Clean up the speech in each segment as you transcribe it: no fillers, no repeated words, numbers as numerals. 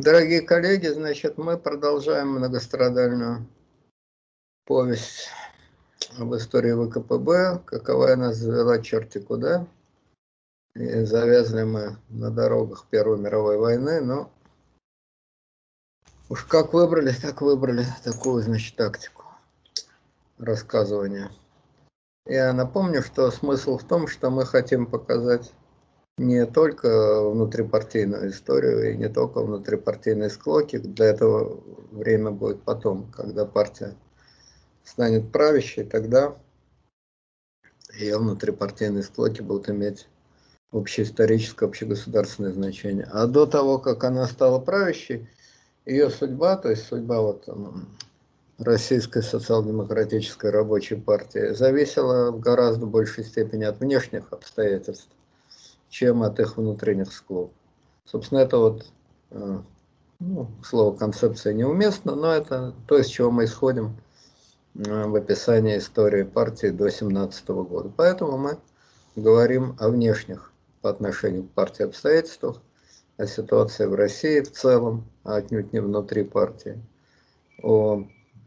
Дорогие коллеги, значит, мы продолжаем многострадальную повесть об истории ВКПБ, какова она завела черти куда. И завязли мы на дорогах Первой мировой войны, но уж как выбрали, так выбрали такую, значит, тактику рассказывания. Я напомню, что смысл в том, что мы хотим показать не только внутрипартийную историю и не только внутрипартийные склоки. Для этого время будет потом, когда партия станет правящей, тогда ее внутрипартийные склоки будут иметь общеисторическое, общегосударственное значение. А до того, как она стала правящей, ее судьба, то есть судьба Российской социал-демократической рабочей партии, зависела в гораздо большей степени от внешних обстоятельств, чем от их внутренних склок. Собственно, это слово концепция неуместно, но это то, из чего мы исходим в описании истории партии до 1917 года. Поэтому мы говорим о внешних по отношению к партии обстоятельствах, о ситуации в России в целом, а отнюдь не внутри партии, о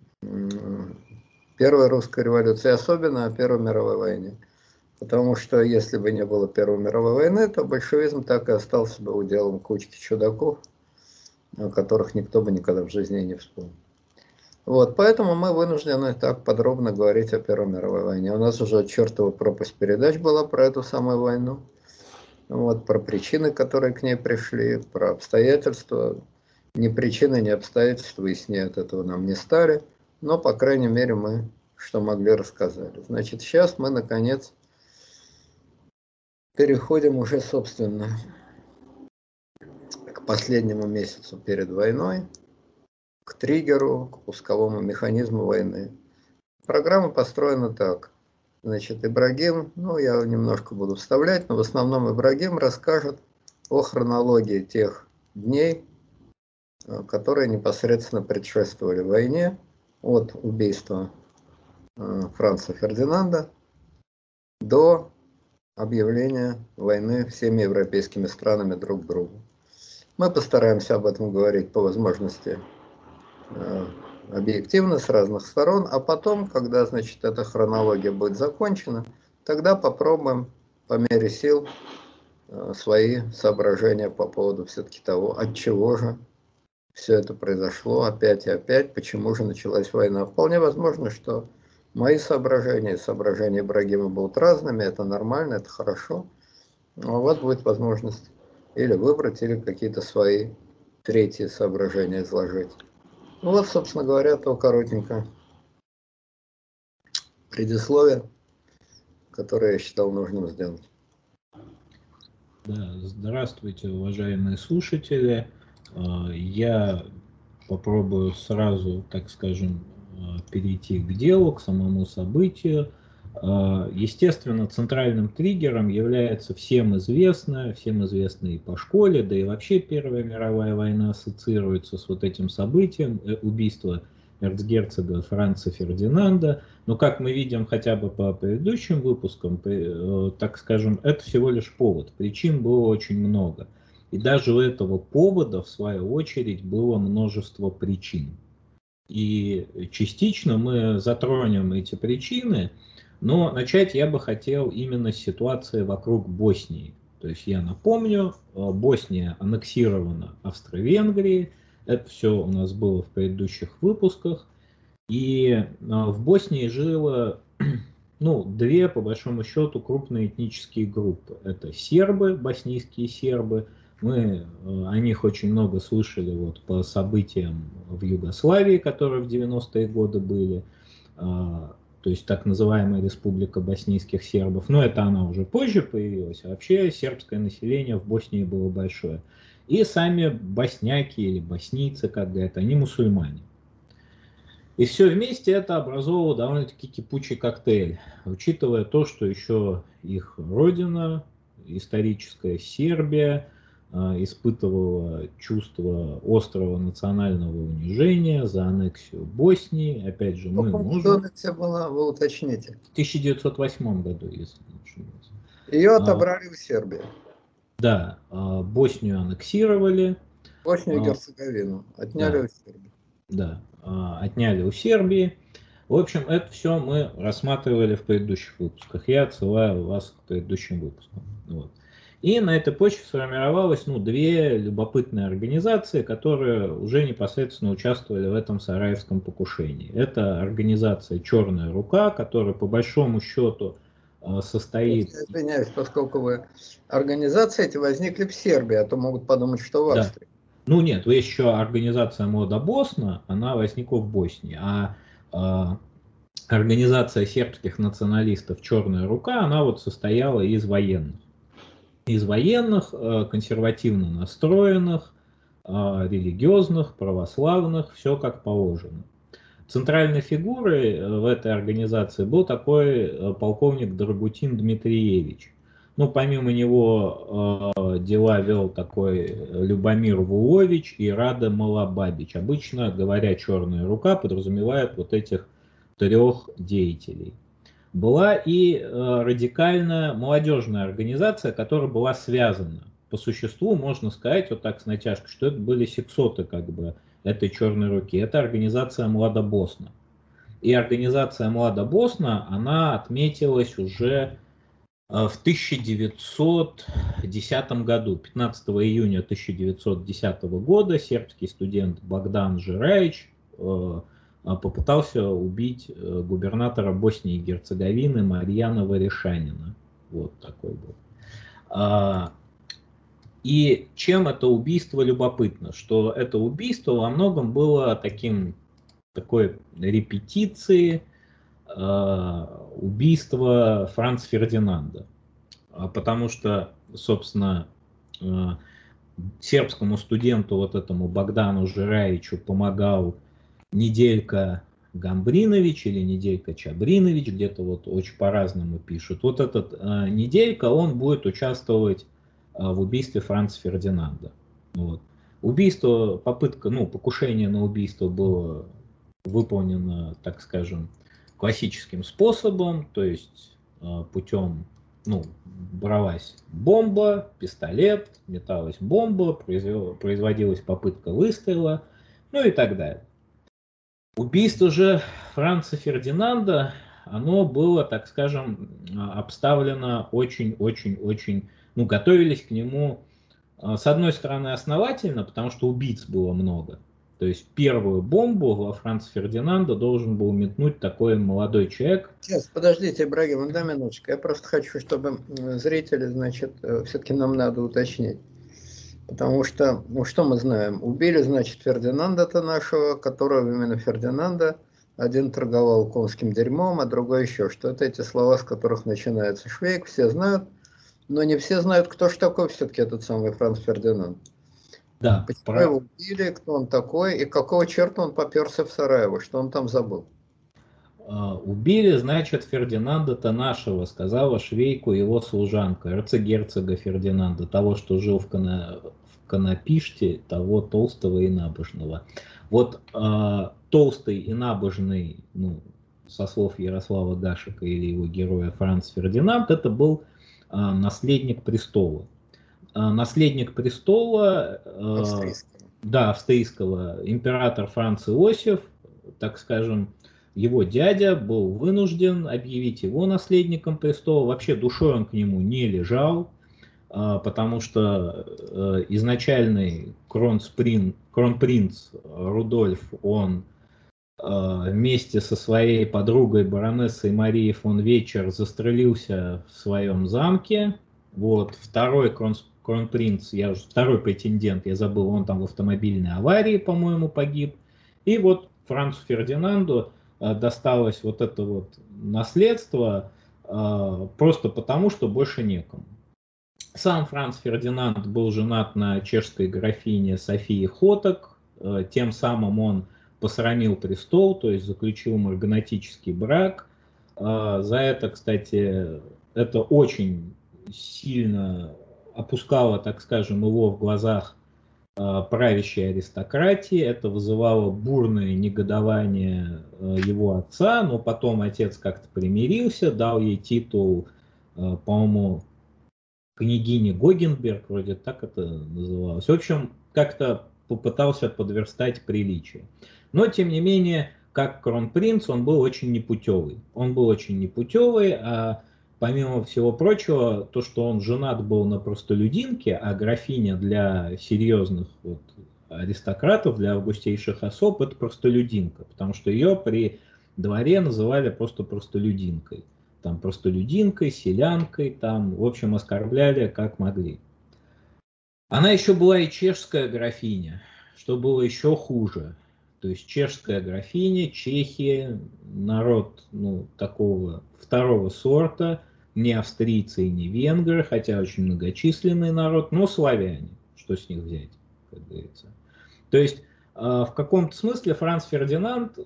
Первой русской революции, особенно о Первой мировой войне. Потому что если бы не было Первой мировой войны, то большевизм так и остался бы уделом кучки чудаков, о которых никто бы никогда в жизни не вспомнил. Вот, поэтому мы вынуждены так подробно говорить о Первой мировой войне. У нас уже чертова пропасть передач была про эту самую войну, вот, про причины, которые к ней пришли, про обстоятельства. Ни причины, ни обстоятельства выяснять этого нам не стали, но, по крайней мере, мы что могли рассказали. Значит, сейчас мы, наконец, переходим уже, собственно, к последнему месяцу перед войной, к триггеру, к пусковому механизму войны. Программа построена так. Значит, Ибрагим, я немножко буду вставлять, но в основном Ибрагим расскажет о хронологии тех дней, которые непосредственно предшествовали войне, от убийства Франца Фердинанда до объявления войны всеми европейскими странами друг другу. Мы постараемся об этом говорить по возможности объективно, с разных сторон, а потом, когда, значит, эта хронология будет закончена, тогда попробуем по мере сил свои соображения по поводу все-таки того, от чего же все это произошло опять и опять, почему же началась война. Вполне возможно, что мои соображения и соображения Ибрагима будут разными, это нормально, это хорошо. Но у вас будет возможность или выбрать, или какие-то свои третьи соображения изложить. Вот, собственно говоря, то коротенько предисловие, которое я считал нужным сделать. Да, здравствуйте, уважаемые слушатели. Я попробую сразу, так скажем, перейти к делу, к самому событию. Естественно, центральным триггером является всем известно и по школе, да и вообще Первая мировая война ассоциируется с вот этим событием, убийство эрцгерцога Франца Фердинанда. Но как мы видим хотя бы по предыдущим выпускам, так скажем, это всего лишь повод. Причин было очень много. И даже у этого повода, в свою очередь, было множество причин. И частично мы затронем эти причины, но начать я бы хотел именно с ситуации вокруг Боснии. То есть я напомню, Босния аннексирована Австро-Венгрией, это все у нас было в предыдущих выпусках. И в Боснии жило две, по большому счету, крупные этнические группы. Это сербы, боснийские сербы. Мы о них очень много слышали по событиям в Югославии, которые в 90-е годы были. То есть так называемая Республика боснийских сербов. Но это она уже позже появилась. А вообще сербское население в Боснии было большое. И сами босняки или боснийцы, как говорят, они мусульмане. И все вместе это образовывало довольно-таки кипучий коктейль, учитывая то, что еще их родина, историческая Сербия, испытывала чувство острого национального унижения за аннексию Боснии. Опять же, мы можем... Аннексия была, вы уточните. В 1908 году, если не ошибаюсь. Ее отобрали у Сербии. Да, Боснию аннексировали. Боснию и Герцеговину отняли Да, у Сербии. да, отняли у Сербии. В общем, это все мы рассматривали в предыдущих выпусках. Я отсылаю вас к предыдущим выпускам. Вот. И на этой почве сформировалось две любопытные организации, которые уже непосредственно участвовали в этом сараевском покушении. Это организация «Черная рука», которая по большому счету состоит... Я извиняюсь, поскольку вы организации эти возникли в Сербии, а то могут подумать, что в Да. Австрии. Ну нет, есть еще организация «Мода Босна», она возникла в Боснии, а организация сербских националистов «Черная рука», она вот состояла из военных. Из военных, консервативно настроенных, религиозных, православных, все как положено. Центральной фигурой в этой организации был такой полковник Драгутин Дмитриевич. Ну, помимо него дела вел такой Любомир Вулович и Рада Малабабич. Обычно, говоря «черная рука», подразумевает вот этих трех деятелей. Была и радикальная молодежная организация, которая была связана. По существу можно сказать, вот так с натяжкой, что это были сексоты как бы этой черной руки. Это организация «Млада Босна». И организация «Млада Босна», она отметилась уже в 1910 году, 15 июня 1910 года, сербский студент Богдан Жираич попытался убить губернатора Боснии и Герцеговины Марьяна Варишанина. Вот такой был. И чем это убийство любопытно? Что это убийство во многом было такой репетицией убийства Франца Фердинанда. Потому что, собственно, сербскому студенту вот этому Богдану Жираичу помогал Неделька Гамбринович или Неделька Чабринович, где-то вот очень по-разному пишут. Вот этот Неделька, он будет участвовать в убийстве Франца Фердинанда. Вот. Убийство, покушение на убийство было выполнено, так скажем, классическим способом, то есть путем, бралась бомба, пистолет, металась бомба, производилась попытка выстрела, и так далее. Убийство же Франца Фердинанда, оно было, так скажем, обставлено очень-очень-очень, готовились к нему, с одной стороны, основательно, потому что убийц было много. То есть первую бомбу во Франца Фердинанда должен был метнуть такой молодой человек. Сейчас, подождите, Ибрагим, одна минуточку. Я просто хочу, чтобы зрители, значит, все-таки нам надо уточнить. Потому что, что мы знаем? Убили, значит, Фердинанда-то нашего, которого именно Фердинанда. Один торговал конским дерьмом, а другой еще что-то. Эти слова, с которых начинается Швейк, все знают. Но не все знают, кто же такой все-таки этот самый Франц Фердинанд. Да, Почему его убили, кто он такой, и какого черта он поперся в Сараево, что он там забыл. Убили, значит, Фердинанда-то нашего, сказала Швейку его служанка, эрцегерцога Фердинанда, того, что жил в Конопиште, того толстого и набожного. Вот толстый и набожный, со слов Ярослава Гашека или его героя Франц Фердинанд, это был наследник престола. Наследник престола, Австрийского. да, австрийского, император Франц Иосиф, так скажем, его дядя был вынужден объявить его наследником престола. Вообще душой он к нему не лежал, потому что изначальный кронпринц Рудольф, он вместе со своей подругой баронессой Марией фон Вечер застрелился в своем замке. Вот второй кронпринц, второй претендент, я забыл, он там в автомобильной аварии, по-моему, погиб. И вот Францу Фердинанду досталось вот это вот наследство просто потому, что больше некому. Сам Франц Фердинанд был женат на чешской графине Софии Хоток, тем самым он посрамил престол, то есть заключил марганатический брак. За это, кстати, это очень сильно опускало, так скажем, его в глазах правящей аристократии. Это вызывало бурное негодование его отца, но потом отец как-то примирился, дал ей титул, по-моему, княгини Гогенберг, вроде так это называлось. В общем, как-то попытался подверстать приличие. Но, тем не менее, как кронпринц, он был очень непутевый. Он был очень непутевый, а помимо всего прочего, то, что он женат был на простолюдинке, а графиня для серьезных вот аристократов, для августейших особ, это простолюдинка, потому что ее при дворе называли просто простолюдинкой. Там простолюдинкой, селянкой, там, в общем, оскорбляли как могли. Она еще была и чешская графиня, что было еще хуже. То есть чешская графиня, Чехия, народ ну, такого второго сорта, не австрийцы и не венгры, хотя очень многочисленный народ, но славяне. Что с них взять, как говорится. То есть в каком-то смысле Франц Фердинанд,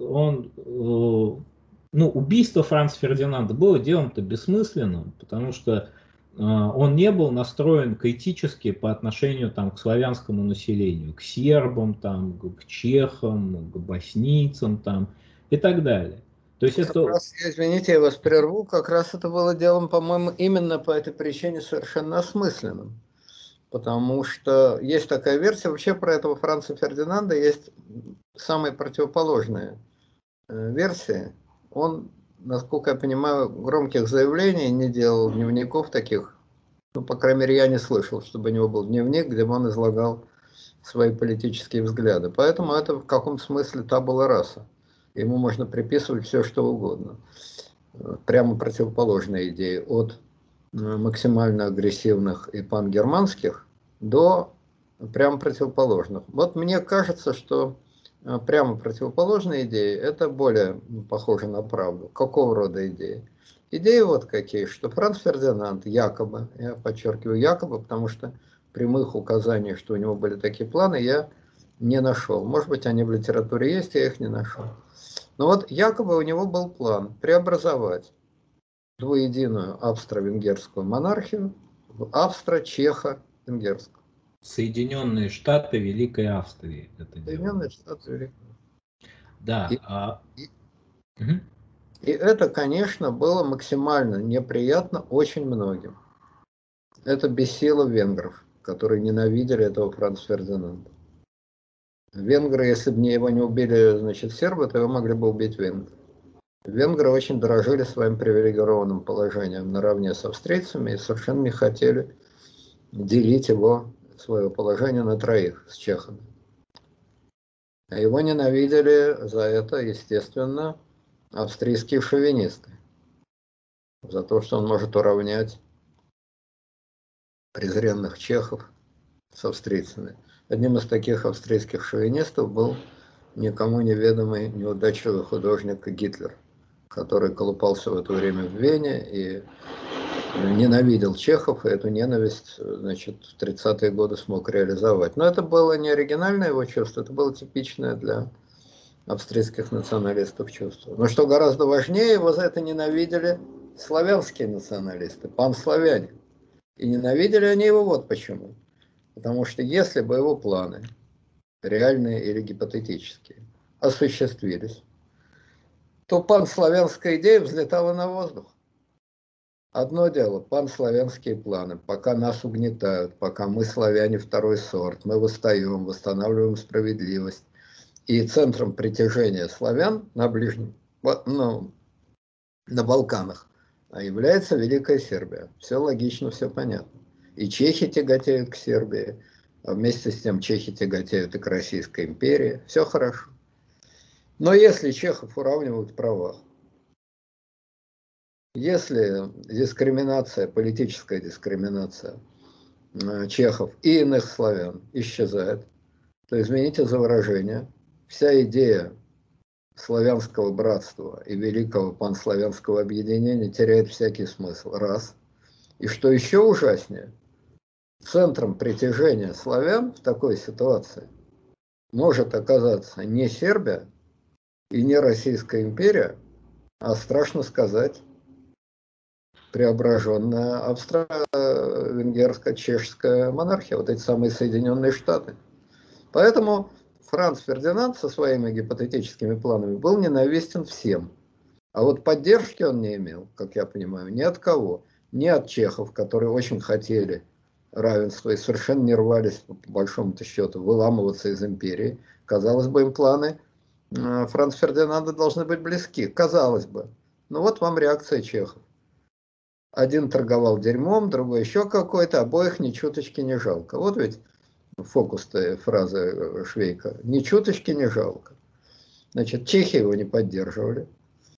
ну, убийство Франца Фердинанда было делом-то бессмысленным, потому что он не был настроен критически по отношению там, к славянскому населению, к сербам, там, к чехам, к боснийцам там, и так далее. То есть Как это... раз, извините, я вас прерву, как раз это было делом, по-моему, именно по этой причине совершенно осмысленным. Потому что есть такая версия, вообще про этого Франца Фердинанда есть самые противоположные версии. Он, насколько я понимаю, громких заявлений не делал, дневников таких. Ну, по крайней мере, я не слышал, чтобы у него был дневник, где бы он излагал свои политические взгляды. Поэтому это в каком-то смысле табула раса. Ему можно приписывать все, что угодно. Прямо противоположные идеи. От максимально агрессивных и пангерманских до прямо противоположных. Вот мне кажется, что прямо противоположные идеи это более похоже на правду. Какого рода идеи? Идеи вот какие, что Франц Фердинанд якобы, я подчеркиваю якобы, потому что прямых указаний, что у него были такие планы, я не нашел. Может быть, они в литературе есть, я их не нашел. Но вот якобы у него был план преобразовать двуединую австро-венгерскую монархию в австро-чехо-венгерскую. Соединенные Штаты Великой Австрии это Соединенные делали. Штаты Великой. Да. И, Угу. и это, конечно, было максимально неприятно очень многим. Это бесило венгров, которые ненавидели этого Франца Фердинанда. Венгры, если бы его не убили, значит, сербы, то его могли бы убить венгры. Венгры очень дорожили своим привилегированным положением наравне с австрийцами и совершенно не хотели делить его, свое положение на троих с чехами. А его ненавидели за это, естественно, австрийские шовинисты. За то, что он может уравнять презренных чехов с австрийцами. Одним из таких австрийских шовинистов был никому неведомый неудачливый художник Гитлер, который колупался в это время в Вене и ненавидел чехов, и эту ненависть, значит, в 30-е годы смог реализовать. Но это было не оригинальное его чувство, это было типичное для австрийских националистов чувство. Но что гораздо важнее, его за это ненавидели славянские националисты, панславяне. И ненавидели они его вот почему. Потому что если бы его планы, реальные или гипотетические, осуществились, то панславянская идея взлетала на воздух. Одно дело, панславянские планы, пока нас угнетают, пока мы славяне второй сорт, мы восстаем, восстанавливаем справедливость. И центром притяжения славян на ближнем, ну, на Балканах является Великая Сербия. Все логично, все понятно. И чехи тяготеют к Сербии, а вместе с тем чехи тяготеют и к Российской империи. Все хорошо. Но если чехов уравнивают в правах, если дискриминация, политическая дискриминация чехов и иных славян исчезает, то, извините за выражение, вся идея славянского братства и великого панславянского объединения теряет всякий смысл. Раз. И что еще ужаснее, центром притяжения славян в такой ситуации может оказаться не Сербия и не Российская империя, а, страшно сказать, преображенная австро-венгерско-чешская монархия, вот эти самые Соединенные Штаты. Поэтому Франц Фердинанд со своими гипотетическими планами был ненавистен всем. А вот поддержки он не имел, как я понимаю, ни от кого. Ни от чехов, которые очень хотели равенства и совершенно не рвались, по большому-то счету, выламываться из империи. Казалось бы, им планы Франца Фердинанда должны быть близки, казалось бы. Но вот вам реакция чехов. Один торговал дерьмом, другой еще какой-то, обоих ни чуточки не жалко. Вот ведь фокус-то фразы Швейка. Ни чуточки не жалко. Значит, чехи его не поддерживали.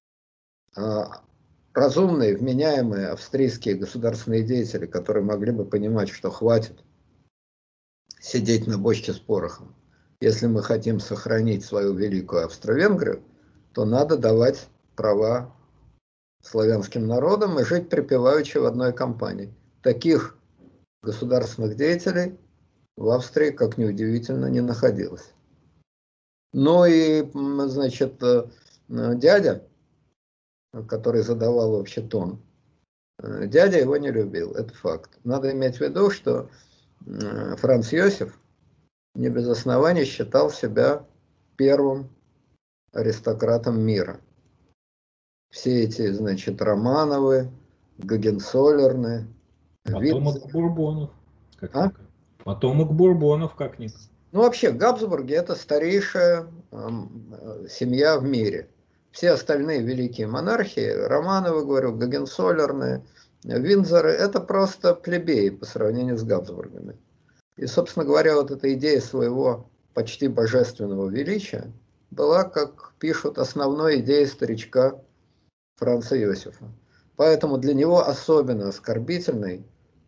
Разумные, вменяемые австрийские государственные деятели, которые могли бы понимать, что хватит сидеть на бочке с порохом. Если мы хотим сохранить свою великую Австро-Венгрию, то надо давать права славянским народам и жить припеваючи в одной компании. Таких государственных деятелей в Австрии, как ни удивительно, не находилось. Ну и, значит, дядя, который задавал вообще тон, дядя его не любил, это факт. Надо иметь в виду, что Франц Йосиф не без оснований считал себя первым аристократом мира. Все эти, значит, Романовы, Гогенцоллерны, Потомок Виндзоры. Бурбонов, как-никак. Потомок Бурбонов, как-никак. Ну, вообще, Габсбурги – это старейшая семья в мире. Все остальные великие монархии, Романовы, говорю, Гогенцоллерны, Виндзоры – это просто плебеи по сравнению с Габсбургами. И, собственно говоря, вот эта идея своего почти божественного величия была, как пишут, основной идеей старичка Франца Иосифа. Поэтому для него особенно оскорбительной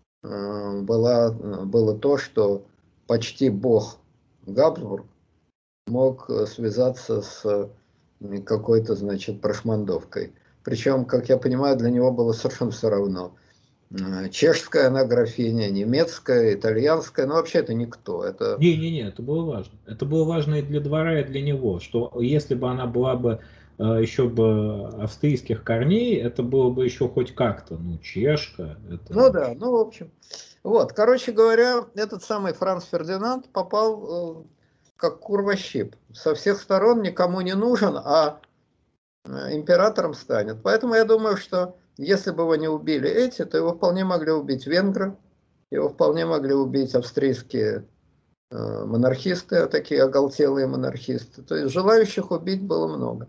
было то, что почти бог Габсбург мог связаться с какой-то, значит, прошмандовкой. Причем, как я понимаю, для него было совершенно все равно. Чешская она графиня, немецкая, итальянская, но вообще это никто. Это... Не-не-не, это было важно. Это было важно и для двора, и для него, что если бы она была бы еще бы австрийских корней, это было бы еще хоть как-то, ну, чешка. Это... Ну да, ну в общем. Вот, короче говоря, этот самый Франц Фердинанд попал как кур во щип. Со всех сторон никому не нужен, а императором станет. Поэтому я думаю, что если бы его не убили эти, то его вполне могли убить венгры, его вполне могли убить австрийские монархисты, такие оголтелые монархисты. То есть желающих убить было много.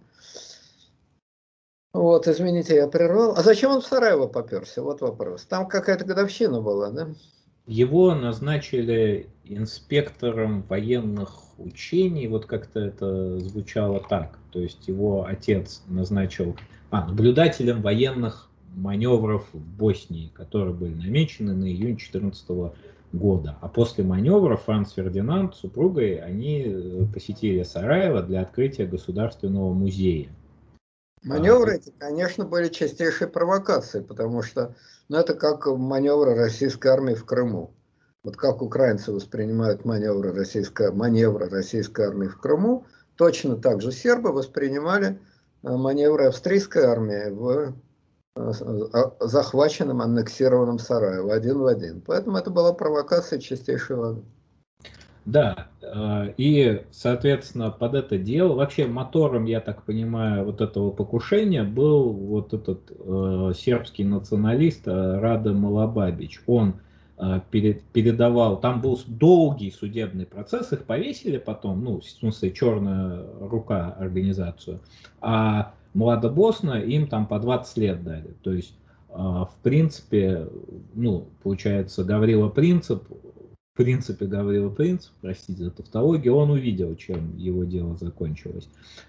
Вот, извините, я прервал. А зачем он в Сараево поперся? Вот вопрос. Там какая-то годовщина была, да? Его назначили инспектором военных учений, вот как-то это звучало так. То есть его отец назначил наблюдателем военных маневров в Боснии, которые были намечены на июнь 2014 года. А после маневра Франц Фердинанд с супругой они посетили Сараево для открытия государственного музея. Маневры эти, конечно, были чистейшей провокацией, потому что это как маневры российской армии в Крыму. Вот как украинцы воспринимают маневры российской армии в Крыму, точно так же сербы воспринимали маневры австрийской армии в захваченном, аннексированном Сараево один в один. Поэтому это была провокация чистейшей воды. Да, и, соответственно, под это дело, вообще мотором, я так понимаю, вот этого покушения был вот этот сербский националист Рада Малабабич. Он передавал, там был долгий судебный процесс, их повесили потом, ну, в смысле, черная рука организацию, а Млада Босна им там по 20 лет дали. То есть, в принципе, ну, получается, Гаврила Принцип, в принципе, Гаврила Принцип, простите за тавтологию, он увидел, чем его дело закончилось.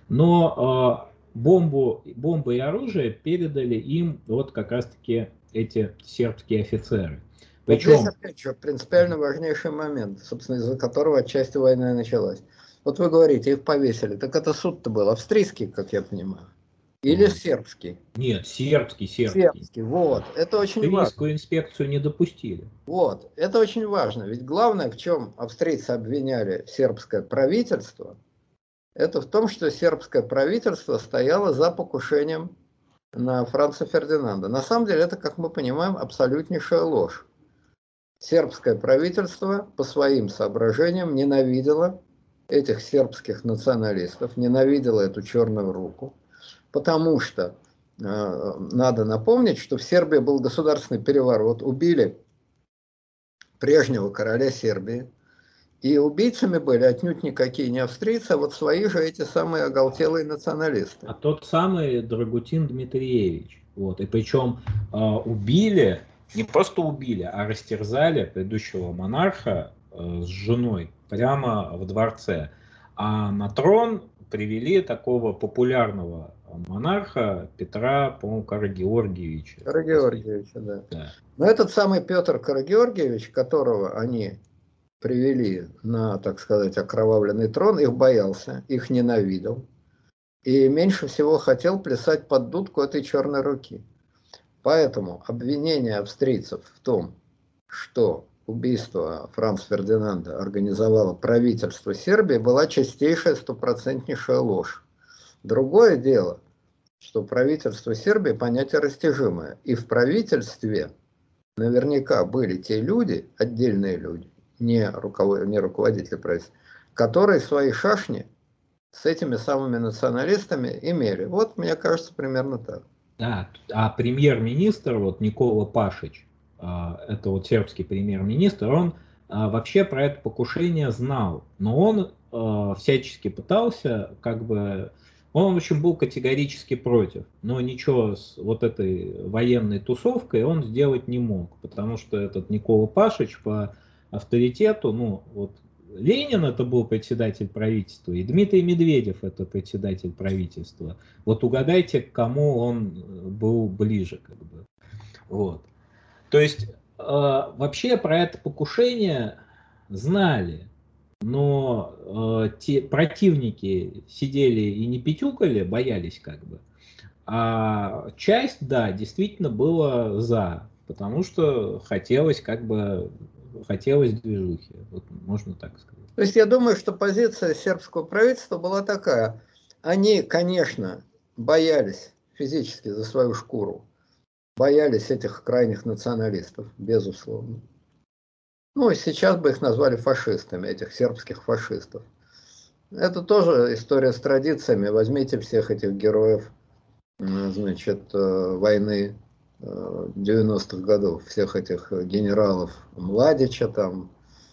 Но бомбы и оружие передали им вот как раз-таки эти сербские офицеры. Вот здесь Причем... опять же принципиально важнейший момент, собственно, из-за которого отчасти война и началась. Вот вы говорите, их повесили. Так это суд-то был австрийский, как я понимаю, или сербский? Нет, сербский. Сербский, вот. Это очень важно. Австрийскую инспекцию не допустили. Вот, это очень важно. Ведь главное, в чем австрийцы обвиняли сербское правительство, это в том, что сербское правительство стояло за покушением на Франца Фердинанда. На самом деле это, как мы понимаем, абсолютнейшая ложь. Сербское правительство по своим соображениям ненавидело этих сербских националистов, ненавидело эту черную руку, потому что надо напомнить, что в Сербии был государственный переворот, убили прежнего короля Сербии. И убийцами были отнюдь никакие не австрийцы, а вот свои же эти самые оголтелые националисты. А тот самый Драгутин Дмитриевич. Вот. И причем убили, не просто убили, а растерзали предыдущего монарха с женой прямо в дворце. А на трон привели такого популярного монарха Петра, по-моему, Карагеоргиевича. Карагеоргиевича, да. Да. Но этот самый Петр Карагеоргиевич, которого они привели на, так сказать, окровавленный трон, их боялся, их ненавидел. И меньше всего хотел плясать под дудку этой черной руки. Поэтому обвинение австрийцев в том, что убийство Франца Фердинанда организовало правительство Сербии, была чистейшая, стопроцентнейшая ложь. Другое дело, что правительство Сербии понятие растяжимое. И в правительстве наверняка были те люди, отдельные люди, не руководители правительства, которые свои шашни с этими самыми националистами имели. Вот, мне кажется, примерно так. Да, а премьер-министр, вот Никола Пашич, это вот сербский премьер-министр, он вообще про это покушение знал, но он всячески пытался, как бы, он, в общем, был категорически против, но ничего с вот этой военной тусовкой он сделать не мог, потому что этот Никола Пашич по авторитету, ну, вот Ленин это был председатель правительства, и Дмитрий Медведев это председатель правительства. Вот угадайте, к кому он был ближе, как бы. Вот. То есть вообще про это покушение знали, но те противники сидели и не пятюкали, боялись как бы. А часть, да, действительно была за, потому что хотелось как бы хотелось движухи, вот можно так сказать. То есть я думаю, что позиция сербского правительства была такая. Они, конечно, боялись физически за свою шкуру, боялись этих крайних националистов, безусловно. Ну, и сейчас бы их назвали фашистами, этих сербских фашистов. Это тоже история с традициями. Возьмите всех этих героев, значит, войны 90-х годов, всех этих генералов Младича там,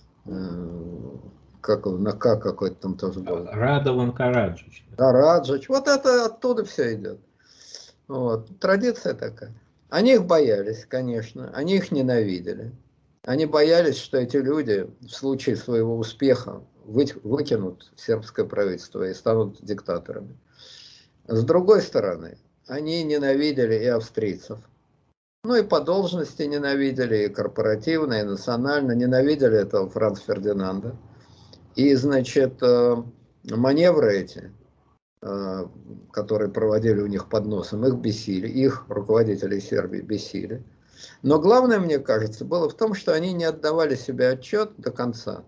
как на К какой-то там тоже был. Радован Караджич. Да, Раджич. Вот это оттуда все идет. Вот. Традиция такая. Они их боялись, конечно. Они их ненавидели. Они боялись, что эти люди в случае своего успеха выкинут сербское правительство и станут диктаторами. С другой стороны, они ненавидели и австрийцев. Ну и по должности ненавидели, и корпоративно, и национально. Ненавидели этого Франца Фердинанда. И, значит, маневры эти, которые проводили у них под носом, их бесили, их руководителей Сербии бесили. Но главное, мне кажется, было в том, что они не отдавали себе отчет до конца,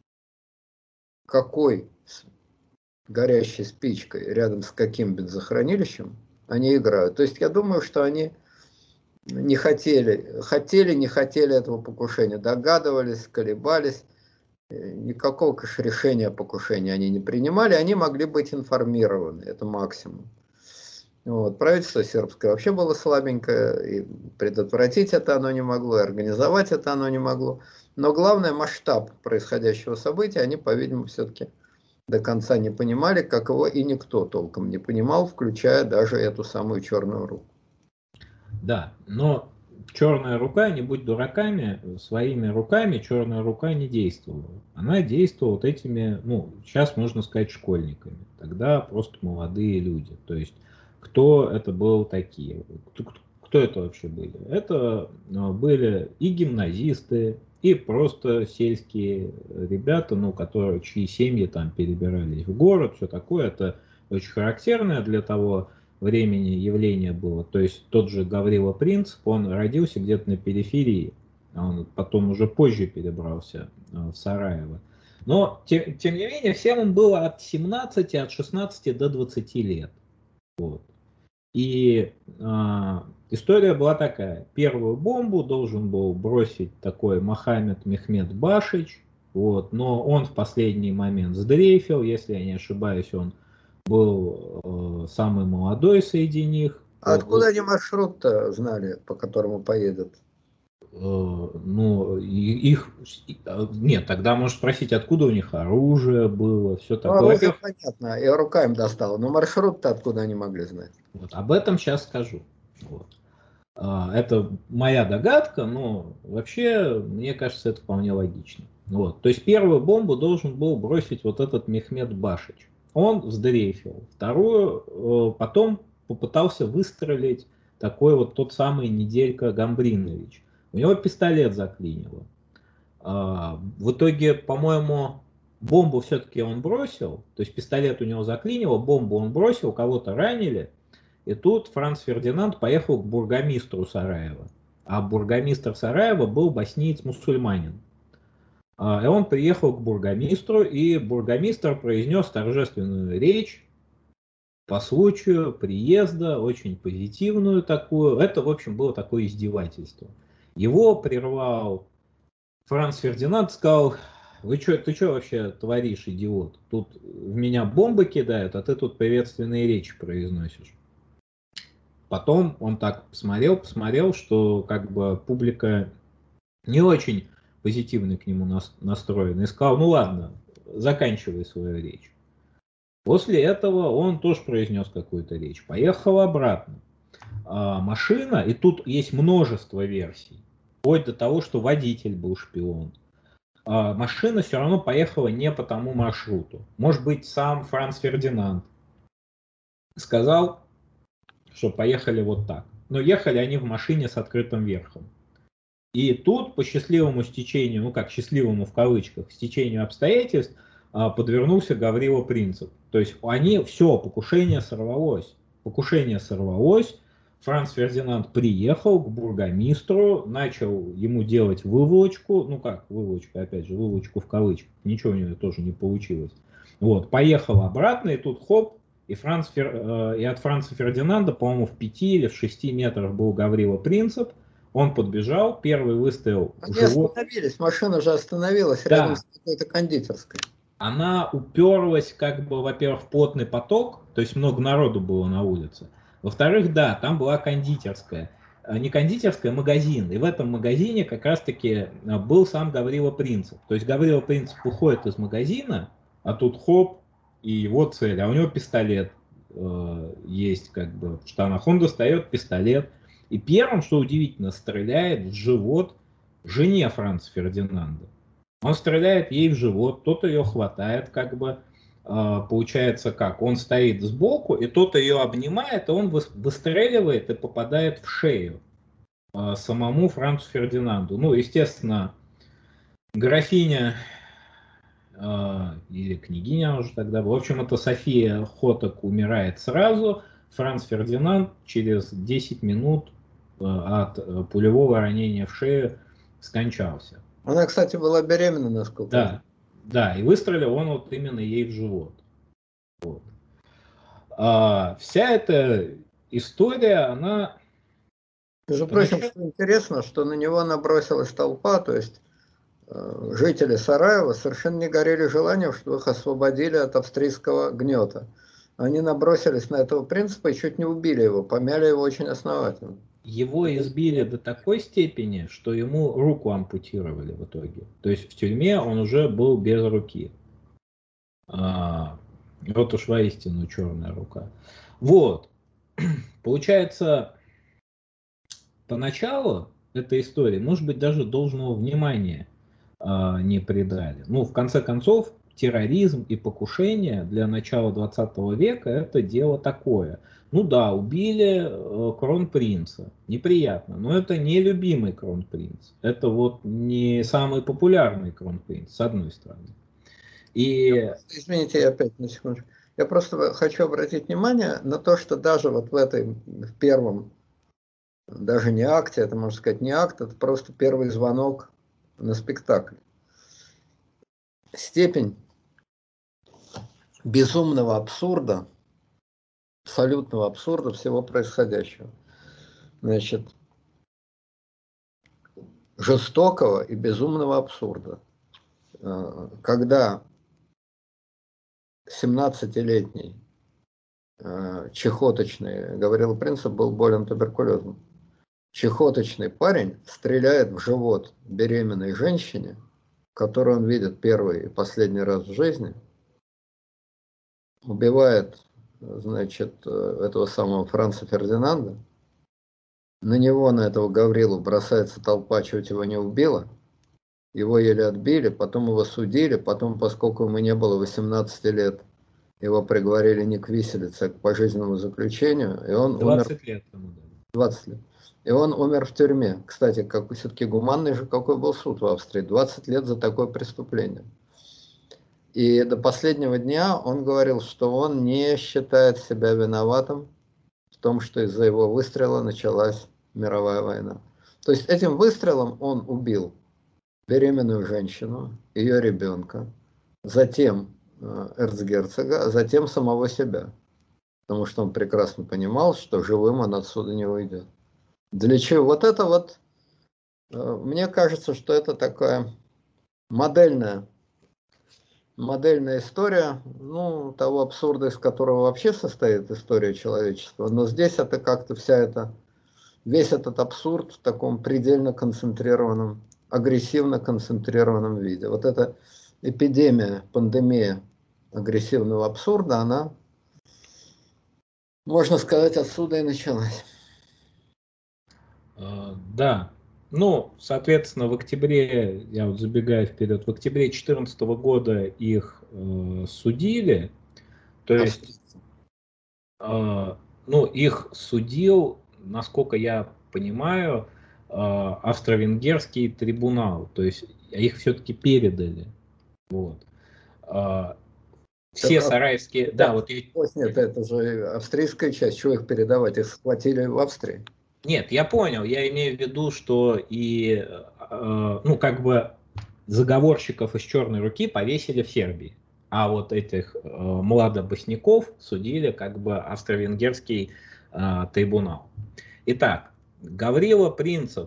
какой горящей спичкой рядом с каким бензохранилищем они играют. То есть я думаю, что они не не хотели этого покушения, догадывались, колебались. Никакого, конечно, решения о покушении они не принимали, они могли быть информированы, это максимум. Вот. Правительство сербское вообще было слабенькое, и предотвратить это оно не могло, и организовать это оно не могло. Но главное, масштаб происходящего события они, по-видимому, все-таки до конца не понимали, как его и никто толком не понимал, включая даже эту самую черную руку. Да, но черная рука, не будь дураками, своими руками черная рука не действовала. Она действовала вот этими, ну, сейчас можно сказать, школьниками. Тогда просто молодые люди. То есть, кто это был такие? Кто это вообще были? Это были и гимназисты, и просто сельские ребята, ну, которые, чьи семьи там перебирались в город, все такое. Это очень характерное для того времени явление было. То есть тот же Гаврила Принцип, он родился где-то на периферии, а он потом уже позже перебрался в Сараево. Но, тем не менее, всем им было от 17, от 16 до 20 лет. Вот. И история была такая. Первую бомбу должен был бросить такой Мохаммед Мехмед Башич, вот, но он в последний момент сдрейфил, если я не ошибаюсь, он был самый молодой среди них. А откуда они маршрут-то знали, по которому поедут? ну, нет, тогда можешь спросить, откуда у них оружие было, все Ну, такое. оружие Во-первых, понятно, я руками достал, но маршрут-то откуда они могли знать? вот, об этом сейчас скажу. Вот. Это моя догадка, но вообще, мне кажется, это вполне логично. Вот. То есть первую бомбу должен был бросить вот этот Мехмед Башич. Он сдрейфил. Вторую потом попытался выстрелить такой вот тот самый Неделька Гамбринович. У него пистолет заклинило. В итоге, по-моему, бомбу все-таки он бросил, то есть пистолет у него заклинило, бомбу он бросил, кого-то ранили, и тут Франц Фердинанд поехал к бургомистру Сараева. А бургомистр Сараева был босниец-мусульманин. И он приехал к бургомистру, и бургомистр произнес торжественную речь по случаю приезда, очень позитивную такую. Это, в общем, было такое издевательство. Его прервал Франц Фердинанд, сказал: ты что вообще творишь, идиот? Тут в меня бомбы кидают, а ты тут приветственные речи произносишь. Потом он так посмотрел, что как бы публика не очень позитивно к нему настроена, и сказал: ну ладно, заканчивай свою речь. После этого он тоже произнес какую-то речь, поехал обратно. Машина, и тут есть множество версий, вплоть до того, что водитель был шпион. Машина все равно поехала не по тому маршруту. Может быть, сам Франц Фердинанд сказал, что поехали вот так. Но ехали они в машине с открытым верхом. И тут по счастливому стечению, ну как счастливому в кавычках, стечению обстоятельств, подвернулся Гаврила Принцип. То есть они, все, покушение сорвалось. Покушение сорвалось, Франц Фердинанд приехал к бургомистру, начал ему делать выволочку, ну как выволочка, опять же, выволочку в кавычках, ничего у него тоже не получилось. Вот, поехал обратно, и тут хоп, и от Франца Фердинанда, по-моему, в 5 или в 6 метрах был Гаврила Принцип. Он подбежал, первый выстрел в Они живот. остановились, машина же остановилась рядом Да, с какой-то кондитерской. она уперлась, как бы, во-первых, в плотный поток, то есть много народу было на улице. Во-вторых, да, там была кондитерская. Не кондитерская, а магазин. И в этом магазине как раз-таки был сам Гаврила Принцип. То есть Гаврила Принцип уходит из магазина, а тут хоп, и его цель. А у него пистолет есть как бы в штанах. Он достает пистолет. И первым, что удивительно, стреляет в живот жене Франца Фердинанда. Он стреляет ей в живот, тот ее хватает, как бы, получается как, он стоит сбоку, и тот ее обнимает, и он выстреливает и попадает в шею самому Францу Фердинанду. Ну, естественно, графиня или княгиня уже тогда, в общем, это София Хоток умирает сразу, Франц Фердинанд через 10 минут от пулевого ранения в шею скончался. Она, кстати, была беременна, насколько я знаю. Да, да, и выстрелил он вот именно ей в живот. Вот. Вся эта история, она Между прочим, поначалу... что интересно, что на него набросилась толпа, то есть жители Сараева совершенно не горели желанием, чтобы их освободили от австрийского гнета. Они набросились на этого принципа и чуть не убили его, помяли его очень основательно. Его избили до такой степени, что ему руку ампутировали в итоге. То есть в тюрьме он уже был без руки. Вот уж воистину черная рука. Вот. Получается, поначалу этой истории, может быть, даже должного внимания не придали. Ну, в конце концов, терроризм и покушение для начала 20 века это дело такое. Ну да, убили кронпринца. Неприятно, но это не любимый кронпринц. Это вот не самый популярный кронпринц, с одной стороны. И Извините, я опять на секунду. Я просто хочу обратить внимание на то, что даже вот в первом, даже не акте, это можно сказать не акт, это просто первый звонок на спектакль. Степень безумного абсурда, абсолютного абсурда всего происходящего. Значит, жестокого и безумного абсурда. Когда 17-летний чехоточный Гаврила Принцип был болен туберкулезом. чехоточный парень стреляет в живот беременной женщине, которую он видит первый и последний раз в жизни, убивает, значит, этого самого Франца Фердинанда, на него, на этого Гаврилу, бросается толпа, чуть его не убила, его еле отбили, потом его судили, потом, поскольку ему не было 18 лет, его приговорили не к виселице, а к пожизненному заключению, и он умер 20 лет ему дали. 20 лет. И он умер в тюрьме. Кстати, как все-таки гуманный же какой был суд в Австрии. 20 лет за такое преступление. И до последнего дня он говорил, что он не считает себя виноватым в том, что из-за его выстрела началась мировая война. То есть этим выстрелом он убил беременную женщину, ее ребенка, затем эрцгерцога, а затем самого себя. Потому что он прекрасно понимал, что живым он отсюда не уйдет. Для чего? Вот это вот, мне кажется, что это такая модельная история, ну, того абсурда, из которого вообще состоит история человечества. Но здесь это как-то весь этот абсурд в таком предельно концентрированном, агрессивно концентрированном виде. Вот эта эпидемия, пандемия агрессивного абсурда, она, можно сказать, отсюда и началась. Да, ну, соответственно, в октябре, я вот забегаю вперед, в октябре 2014 года их судили, то есть, ну, их судил, насколько я понимаю, австро-венгерский трибунал, то есть их все-таки передали, вот. Все Так, сараевские, да, вот я... Босния, это же австрийская часть, чего их передавать? Их схватили в Австрии. Нет, я понял, я имею в виду, что и, ну, как бы заговорщиков из черной руки повесили в Сербии, а вот этих младобосняков судили как бы австро-венгерский трибунал. Итак, Гаврила Принцев,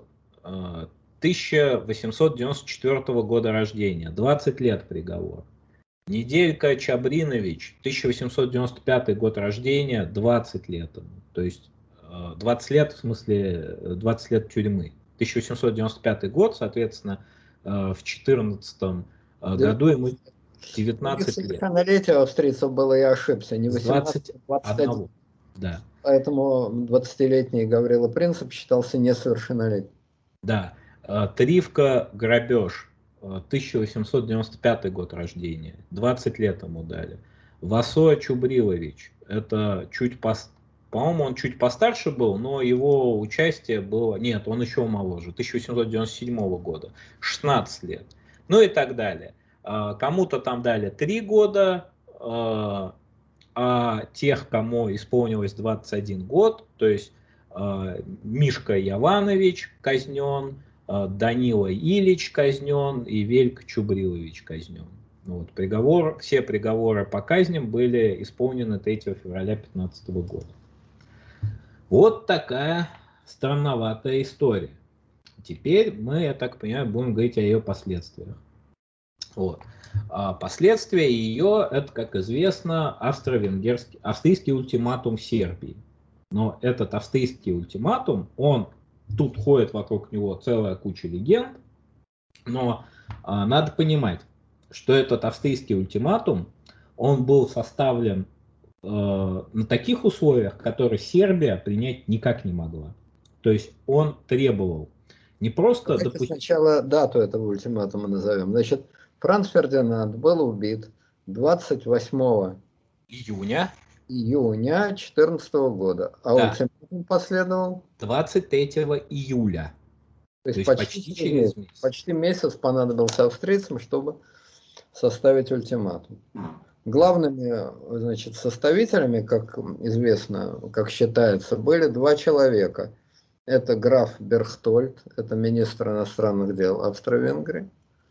1894 года рождения, 20 лет приговор. Неделька Чабринович, 1895 год рождения, 20 лет ему. То есть 20 лет, в смысле 20 лет тюрьмы. 1895 год, соответственно, в 2014 году ему 19 лет. Совершеннолетие у австрийцев было, я ошибся, не С 18, а 21. 21, да. Поэтому 20-летний Гаврила Принцип считался несовершеннолетним. Да. Тривка Грабеж, 1895 год рождения, 20 лет ему дали. Васо Чубрилович, это по-моему, он чуть постарше был, но его участие было... Нет, он еще моложе, 1897 года, 16 лет. Ну и так далее. Кому-то там дали 3 года, а тех, кому исполнилось 21 год, то есть Мишка Яванович казнен, Данила Ильич казнен и Велька Чубрилович казнен. Вот, все приговоры по казням были исполнены 3 февраля 2015 года. Вот такая странноватая история. Теперь мы, я так понимаю, будем говорить о ее последствиях. Вот. Последствия ее, это, как известно, австрийский ультиматум Сербии. Но этот австрийский ультиматум, тут ходит вокруг него целая куча легенд, но надо понимать, что этот австрийский ультиматум, он был составлен на таких условиях, которые Сербия принять никак не могла. То есть он требовал не просто Давайте сначала дату этого ультиматума назовем. Значит, Франц Фердинанд был убит 28 июня июня 2014 года, а да, ультиматум последовал. 23 июля. То То есть есть почти через месяц. Почти месяц понадобился австрийцам, чтобы составить ультиматум. Главными, значит, составителями, как известно, как считается, были два человека. Это граф Берхтольд, это министр иностранных дел Австро-Венгрии,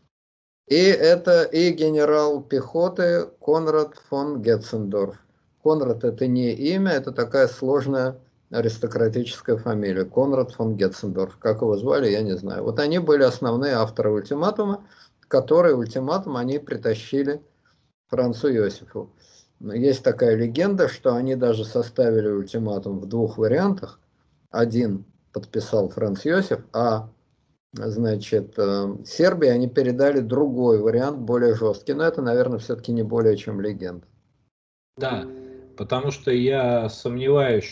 и генерал пехоты Конрад фон Гетцендорф. Конрад это не имя, это такая сложная аристократическая фамилия. Конрад фон Гетцендорф. Как его звали, я не знаю. Вот они были основные авторы ультиматума, который ультиматум они притащили Францу Иосифу. Есть такая легенда, что они даже составили ультиматум в двух вариантах. Один подписал Франц Йосиф, а значит, Сербии они передали другой вариант, более жесткий. Но это, наверное, все-таки не более чем легенда. Да, потому что я сомневаюсь,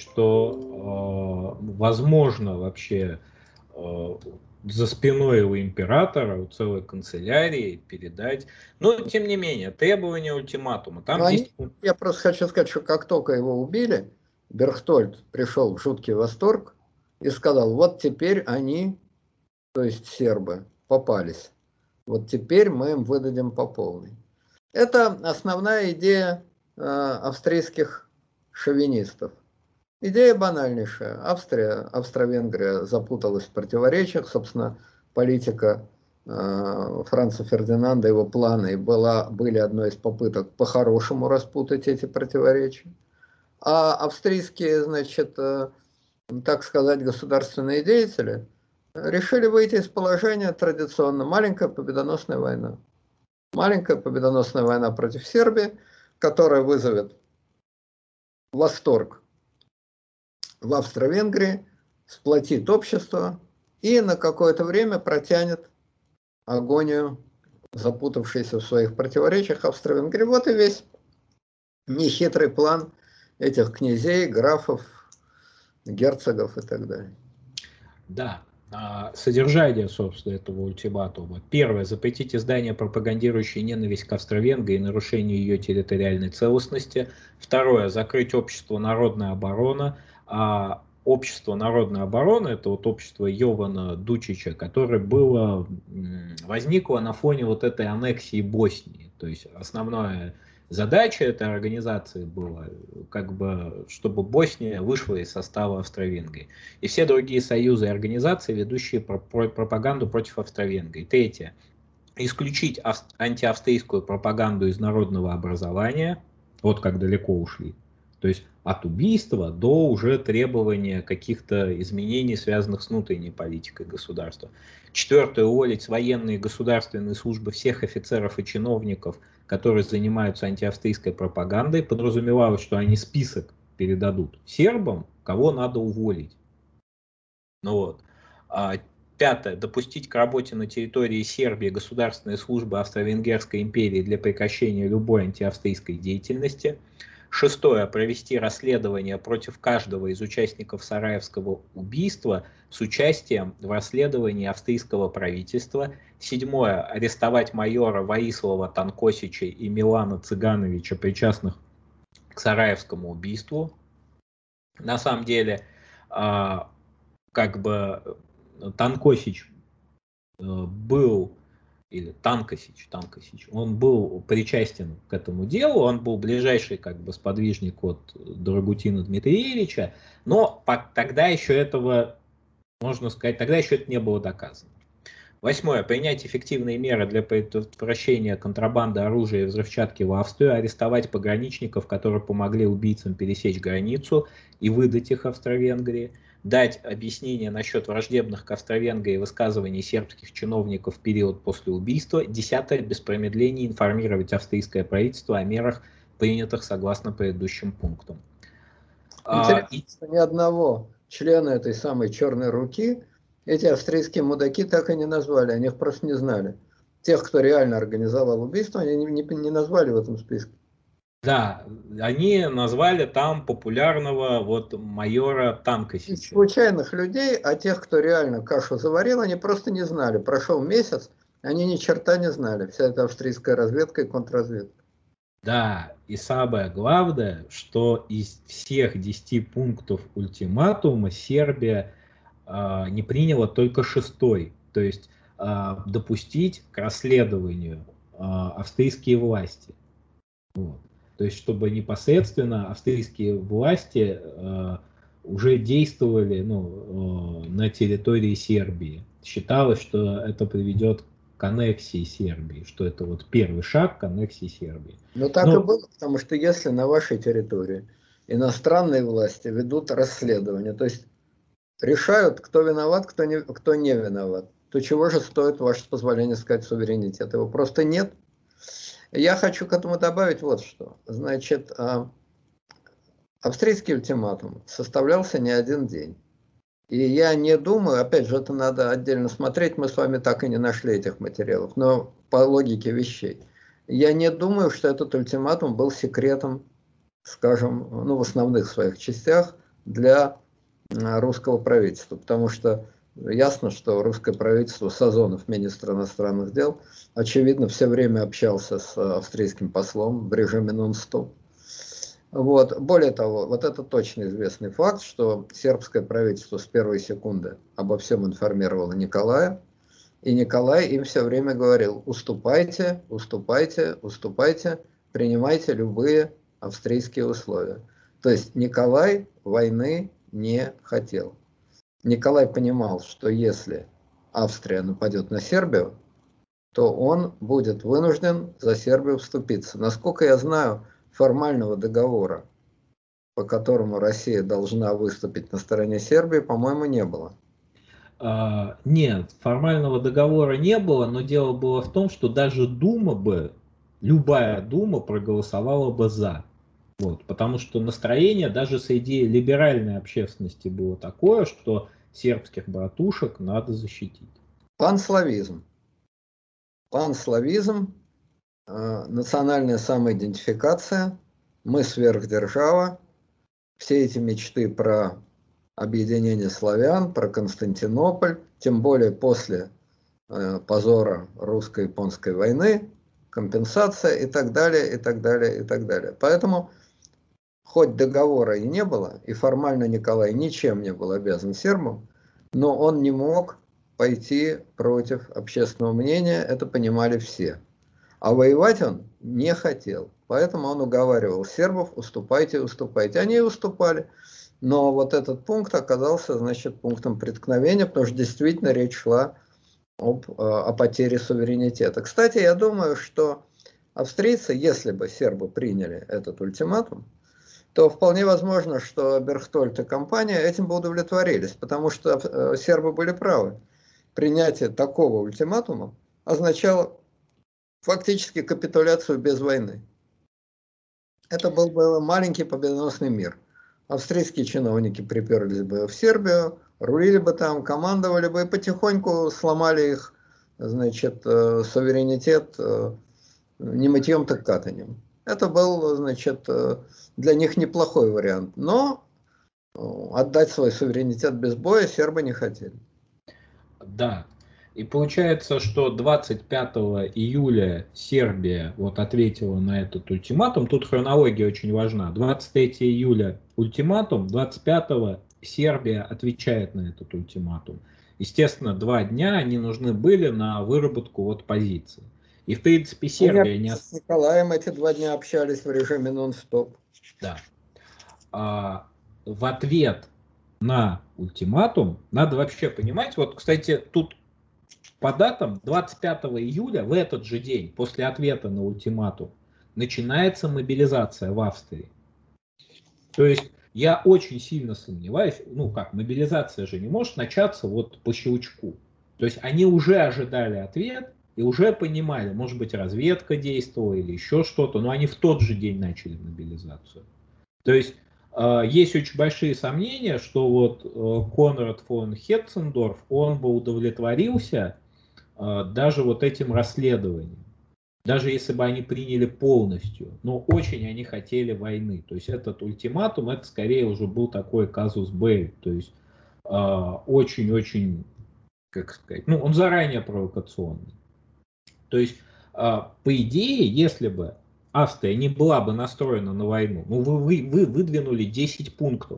что возможно вообще за спиной у императора, у целой канцелярии передать. Но, тем не менее, требования ультиматума. Там Но есть... я просто хочу сказать, что как только его убили, Берхтольд пришел в жуткий восторг и сказал, вот теперь они, то есть сербы, попались. Вот теперь мы им выдадим по полной. Это основная идея австрийских шовинистов. Идея банальнейшая. Австро-Венгрия запуталась в противоречиях. Собственно, политика Франца Фердинанда, его планы были одной из попыток по-хорошему распутать эти противоречия. А австрийские, значит, так сказать, государственные деятели решили выйти из положения традиционно. Маленькая победоносная война. Маленькая победоносная война против Сербии, которая вызовет восторг в Австро-Венгрии, сплотит общество и на какое-то время протянет агонию, запутавшейся в своих противоречиях Австро-Венгрии. Вот и весь нехитрый план этих князей, графов, герцогов и так далее. Да, содержание, собственно, этого ультиматума. Первое. Запретить издания, пропагандирующие ненависть к Австро-Венгрии и нарушение ее территориальной целостности. Второе. Закрыть общество «Народная оборона». Общество «Народная оборона» — это вот общество Йована Дучича, которое возникло на фоне вот этой аннексии Боснии. То есть основное задача этой организации была, как бы, чтобы Босния вышла из состава Австро-Венгрии. И все другие союзы и организации, ведущие пропаганду против Австро-Венгрии. Третье. Исключить антиавстрийскую пропаганду из народного образования. Вот как далеко ушли. То есть от убийства до уже требования каких-то изменений, связанных с внутренней политикой государства. Четвертое. Уволить с военной и государственной службы всех офицеров и чиновников, которые занимаются антиавстрийской пропагандой. Подразумевалось, что они список передадут сербам, кого надо уволить. Ну вот. Пятое. Допустить к работе на территории Сербии государственные службы Австро-Венгерской империи для прекращения любой антиавстрийской деятельности. Шестое. Провести расследование против каждого из участников Сараевского убийства с участием в расследовании австрийского правительства. Седьмое. Арестовать майора Ваислава Танкосича и Милана Цыгановича, причастных к Сараевскому убийству. На самом деле, как бы Танкосич был, или Танкосич, он был причастен к этому делу, он был ближайший как бы сподвижник от Драгутина Дмитриевича, но тогда еще этого, можно сказать, тогда еще это не было доказано. Восьмое. Принять эффективные меры для предотвращения контрабанды оружия и взрывчатки в Австрию, арестовать пограничников, которые помогли убийцам пересечь границу и выдать их Австро-Венгрии, дать объяснение насчет враждебных к Австро-Венгрии высказываний сербских чиновников в период после убийства. Десятое. Без промедления информировать австрийское правительство о мерах, принятых согласно предыдущим пунктам. Интересно, что ни одного члена этой самой черной руки эти австрийские мудаки так и не назвали, они их просто не знали. Тех, кто реально организовал убийство, они не назвали в этом списке. Да, они назвали там популярного вот майора Танкосича. Из случайных людей, а тех, кто реально кашу заварил, они просто не знали. Прошел месяц, они ни черта не знали. Вся эта австрийская разведка и контрразведка. Да, и самое главное, что из всех 10 пунктов ультиматума Сербия не приняла только шестой, то есть допустить к расследованию австрийские власти. Вот. То есть, чтобы непосредственно австрийские власти уже действовали на территории Сербии. Считалось, что это приведет к аннексии Сербии, что это вот первый шаг к аннексии Сербии. Но так и было, потому что если на вашей территории иностранные власти ведут расследование, то есть решают, кто виноват, кто не виноват, то чего же стоит, ваше позволение сказать, суверенитет? Его просто нет. Я хочу к этому добавить вот что. Значит, австрийский ультиматум составлялся не один день. И я не думаю, опять же, это надо отдельно смотреть, мы с вами так и не нашли этих материалов, но по логике вещей. Я не думаю, что этот ультиматум был секретом, скажем, ну, в основных своих частях для русского правительства, потому что ясно, что русское правительство, Сазонов, министр иностранных дел, очевидно, все время общался с австрийским послом в режиме нон-стоп. Вот. Более того, вот это точно известный факт, что сербское правительство с первой секунды обо всем информировало Николая, и Николай им все время говорил: уступайте, уступайте, уступайте, принимайте любые австрийские условия. То есть Николай войны не хотел. Николай понимал, что если Австрия нападет на Сербию, то он будет вынужден за Сербию вступиться. Насколько я знаю, формального договора, по которому Россия должна выступить на стороне Сербии, по-моему, не было. Нет, формального договора не было, но дело было в том, что даже Дума бы, любая Дума проголосовала бы за. Вот, потому что настроение даже среди либеральной общественности было такое, что сербских братушек надо защитить. Панславизм. Панславизм, национальная самоидентификация, мы сверхдержава, все эти мечты про объединение славян, про Константинополь, тем более после позора русско-японской войны, компенсация и так далее, и так далее, и так далее. Поэтому хоть договора и не было, и формально Николай ничем не был обязан сербам, но он не мог пойти против общественного мнения, это понимали все. А воевать он не хотел, поэтому он уговаривал сербов: уступайте, уступайте. Они и уступали. Но вот этот пункт оказался, значит, пунктом преткновения, потому что действительно речь шла о потере суверенитета. Кстати, я думаю, что австрийцы, если бы сербы приняли этот ультиматум, то вполне возможно, что Берхтольд и компания этим бы удовлетворились, потому что сербы были правы. Принятие такого ультиматума означало фактически капитуляцию без войны. Это был бы маленький победоносный мир. Австрийские чиновники приперлись бы в Сербию, рулили бы там, командовали бы и потихоньку сломали их, значит, суверенитет не мытьем, так катанием. Это был, значит, для них неплохой вариант. Но отдать свой суверенитет без боя сербы не хотели. Да. И получается, что 25 июля Сербия вот ответила на этот ультиматум. Тут хронология очень важна. 23 июля ультиматум, 25 Сербия отвечает на этот ультиматум. Естественно, 2 дня они нужны были на выработку вот позиции. И в принципе Они Сербия не... с Николаем эти 2 дня общались в режиме нон-стоп. Да. В ответ на ультиматум надо вообще понимать, вот, кстати, тут по датам 25 июля, в этот же день, после ответа на ультиматум, начинается мобилизация в Австрии. То есть я очень сильно сомневаюсь, ну как, мобилизация же не может начаться вот по щелчку. То есть они уже ожидали ответ и уже понимали, может быть, разведка действовала или еще что-то, но они в тот же день начали мобилизацию. То есть есть очень большие сомнения, что вот Конрад фон Хетцендорф, он бы удовлетворился даже вот этим расследованием. Даже если бы они приняли полностью. Но очень они хотели войны. То есть этот ультиматум, это скорее уже был такой казус белли. То есть очень-очень, как сказать, ну он заранее провокационный. То есть, по идее, если бы Австрия не была бы настроена на войну, ну вы выдвинули 10 пунктов,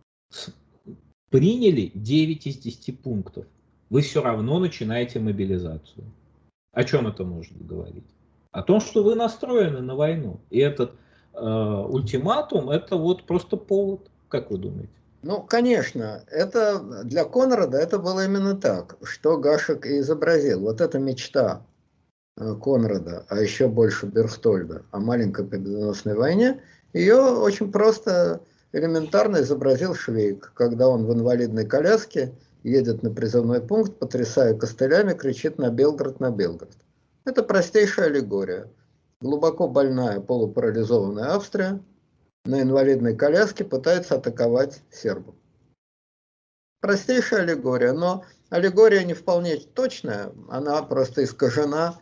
приняли 9 из 10 пунктов, вы все равно начинаете мобилизацию. О чем это может говорить? О том, что вы настроены на войну. И этот ультиматум, это вот просто повод. Как вы думаете? Ну, конечно, это для Конрада это было именно так, что Гашек и изобразил. Вот эта мечта Конрада, а еще больше Берхтольда о маленькой победоносной войне, ее очень просто, элементарно изобразил Швейк, когда он в инвалидной коляске едет на призывной пункт, потрясая костылями, кричит на Белград, на Белград. Это простейшая аллегория. Глубоко больная, полупарализованная Австрия на инвалидной коляске пытается атаковать сербов. Простейшая аллегория, но аллегория не вполне точная, она просто искажена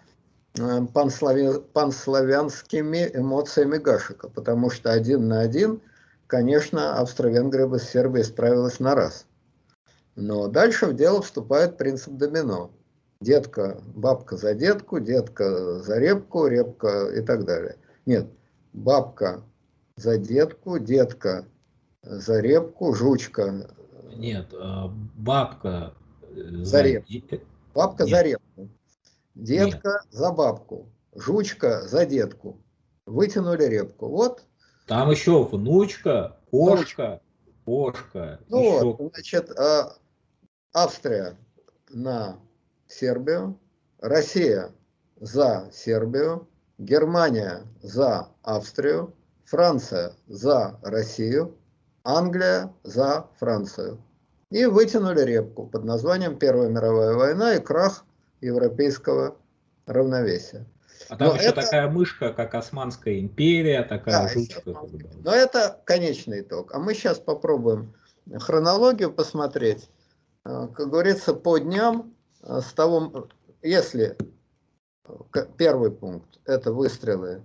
панславянскими эмоциями Гашека, потому что 1 на 1, конечно, Австро-Венгрия бы с Сербией справилась на раз. Но дальше в дело вступает принцип домино. Детка, бабка за детку, детка за репку, репка и так далее. Нет, бабка за детку, детка за репку, жучка Нет, бабка за за... репку. Бабка за Нет, репку. нет. Детка за бабку. Жучка за детку. Вытянули репку. Вот Там еще внучка, внучка. кошка, кошка, Ну вот, еще. значит, Австрия на Сербию, Россия за Сербию, Германия за Австрию, Франция за Россию, Англия за Францию. И вытянули репку под названием Первая мировая война и крах европейского равновесия. А там Но еще это, такая мышка, как Османская империя, такая да, еще жучка. Как бы. но это конечный итог. А мы сейчас попробуем хронологию посмотреть. Как говорится, по дням, с того, если первый пункт – это выстрелы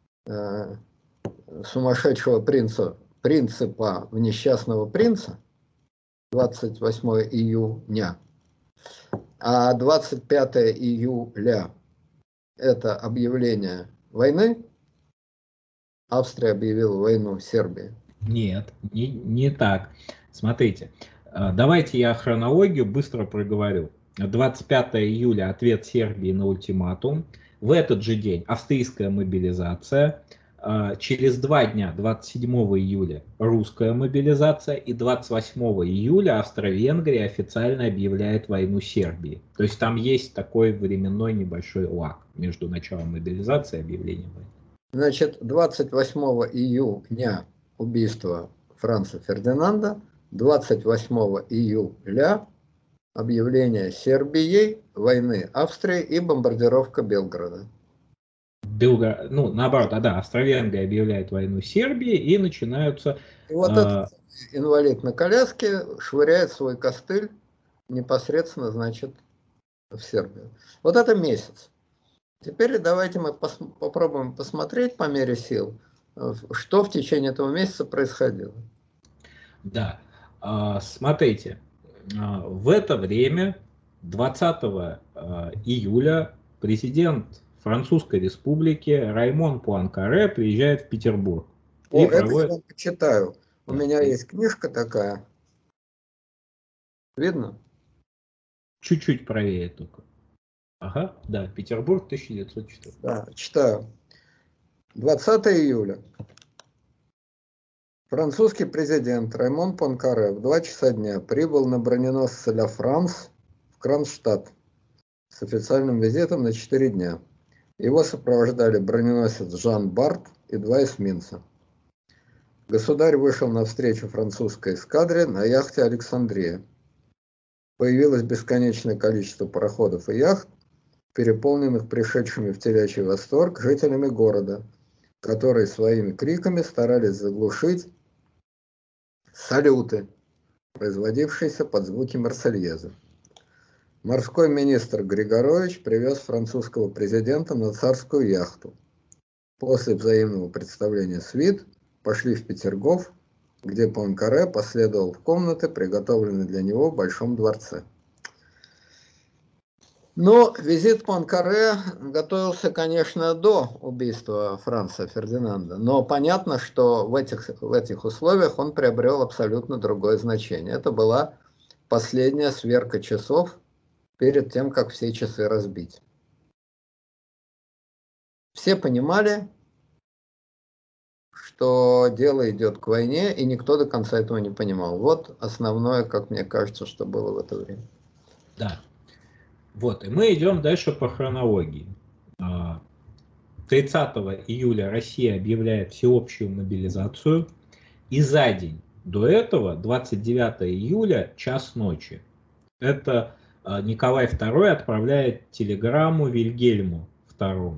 сумасшедшего принципа в несчастного принца, 28 июня, а 25 июля – это объявление войны, Австрия объявила войну Сербии. Нет, не так. Смотрите, давайте я хронологию быстро проговорю. 25 июля ответ Сербии на ультиматум. В этот же день австрийская мобилизация. Через 2 дня, 27 июля, русская мобилизация. И 28 июля Австро-Венгрия официально объявляет войну Сербии. То есть там есть такой временной небольшой лаг между началом мобилизации и объявлением войны. Значит, 28 июня убийство Франца Фердинанда, 28 июля объявление Сербией войны Австрии и бомбардировка Белграда. Ну, наоборот, да, Австро-Венгрия объявляет войну Сербии и начинаются... И вот этот инвалид на коляске швыряет свой костыль непосредственно, значит, в Сербию. Вот это месяц. Теперь давайте мы попробуем посмотреть по мере сил, что в течение этого месяца происходило. Да, смотрите, в это время, 20 июля, президент Французской Республики Раймон Пуанкаре приезжает в Петербург и О, это я проводит... вам почитаю. У Да, меня есть книжка такая. Видно? чуть-чуть правее только. Ага, да, Петербург, 1904. Да, читаю. 20 июля. Французский президент Раймон Пуанкаре в 2 часа дня прибыл на броненосце «Ля Франс» в Кронштадт с официальным визитом на 4 дня. Его сопровождали броненосец Жан Барт и 2 эсминца. Государь вышел навстречу французской эскадре на яхте «Александрия». Появилось бесконечное количество пароходов и яхт, переполненных пришедшими в телячий восторг жителями города, которые своими криками старались заглушить салюты, производившиеся под звуки Марсельезы. Морской министр Григорович привез французского президента на царскую яхту. После взаимного представления свит пошли в Петергоф, где Пуанкаре последовал в комнаты, приготовленные для него в Большом дворце. Но визит Пуанкаре готовился, конечно, до убийства Франца Фердинанда. Но понятно, что в этих условиях он приобрел абсолютно другое значение. Это была последняя сверка часов перед тем, как все часы разбить. Все понимали, что дело идет к войне, и никто до конца этого не понимал. Вот основное, как мне кажется, что было в это время. Да. Вот, и мы идем дальше по хронологии. 30 июля Россия объявляет всеобщую мобилизацию, и за день до этого, 29 июля, час ночи, это Николай II отправляет телеграмму Вильгельму II.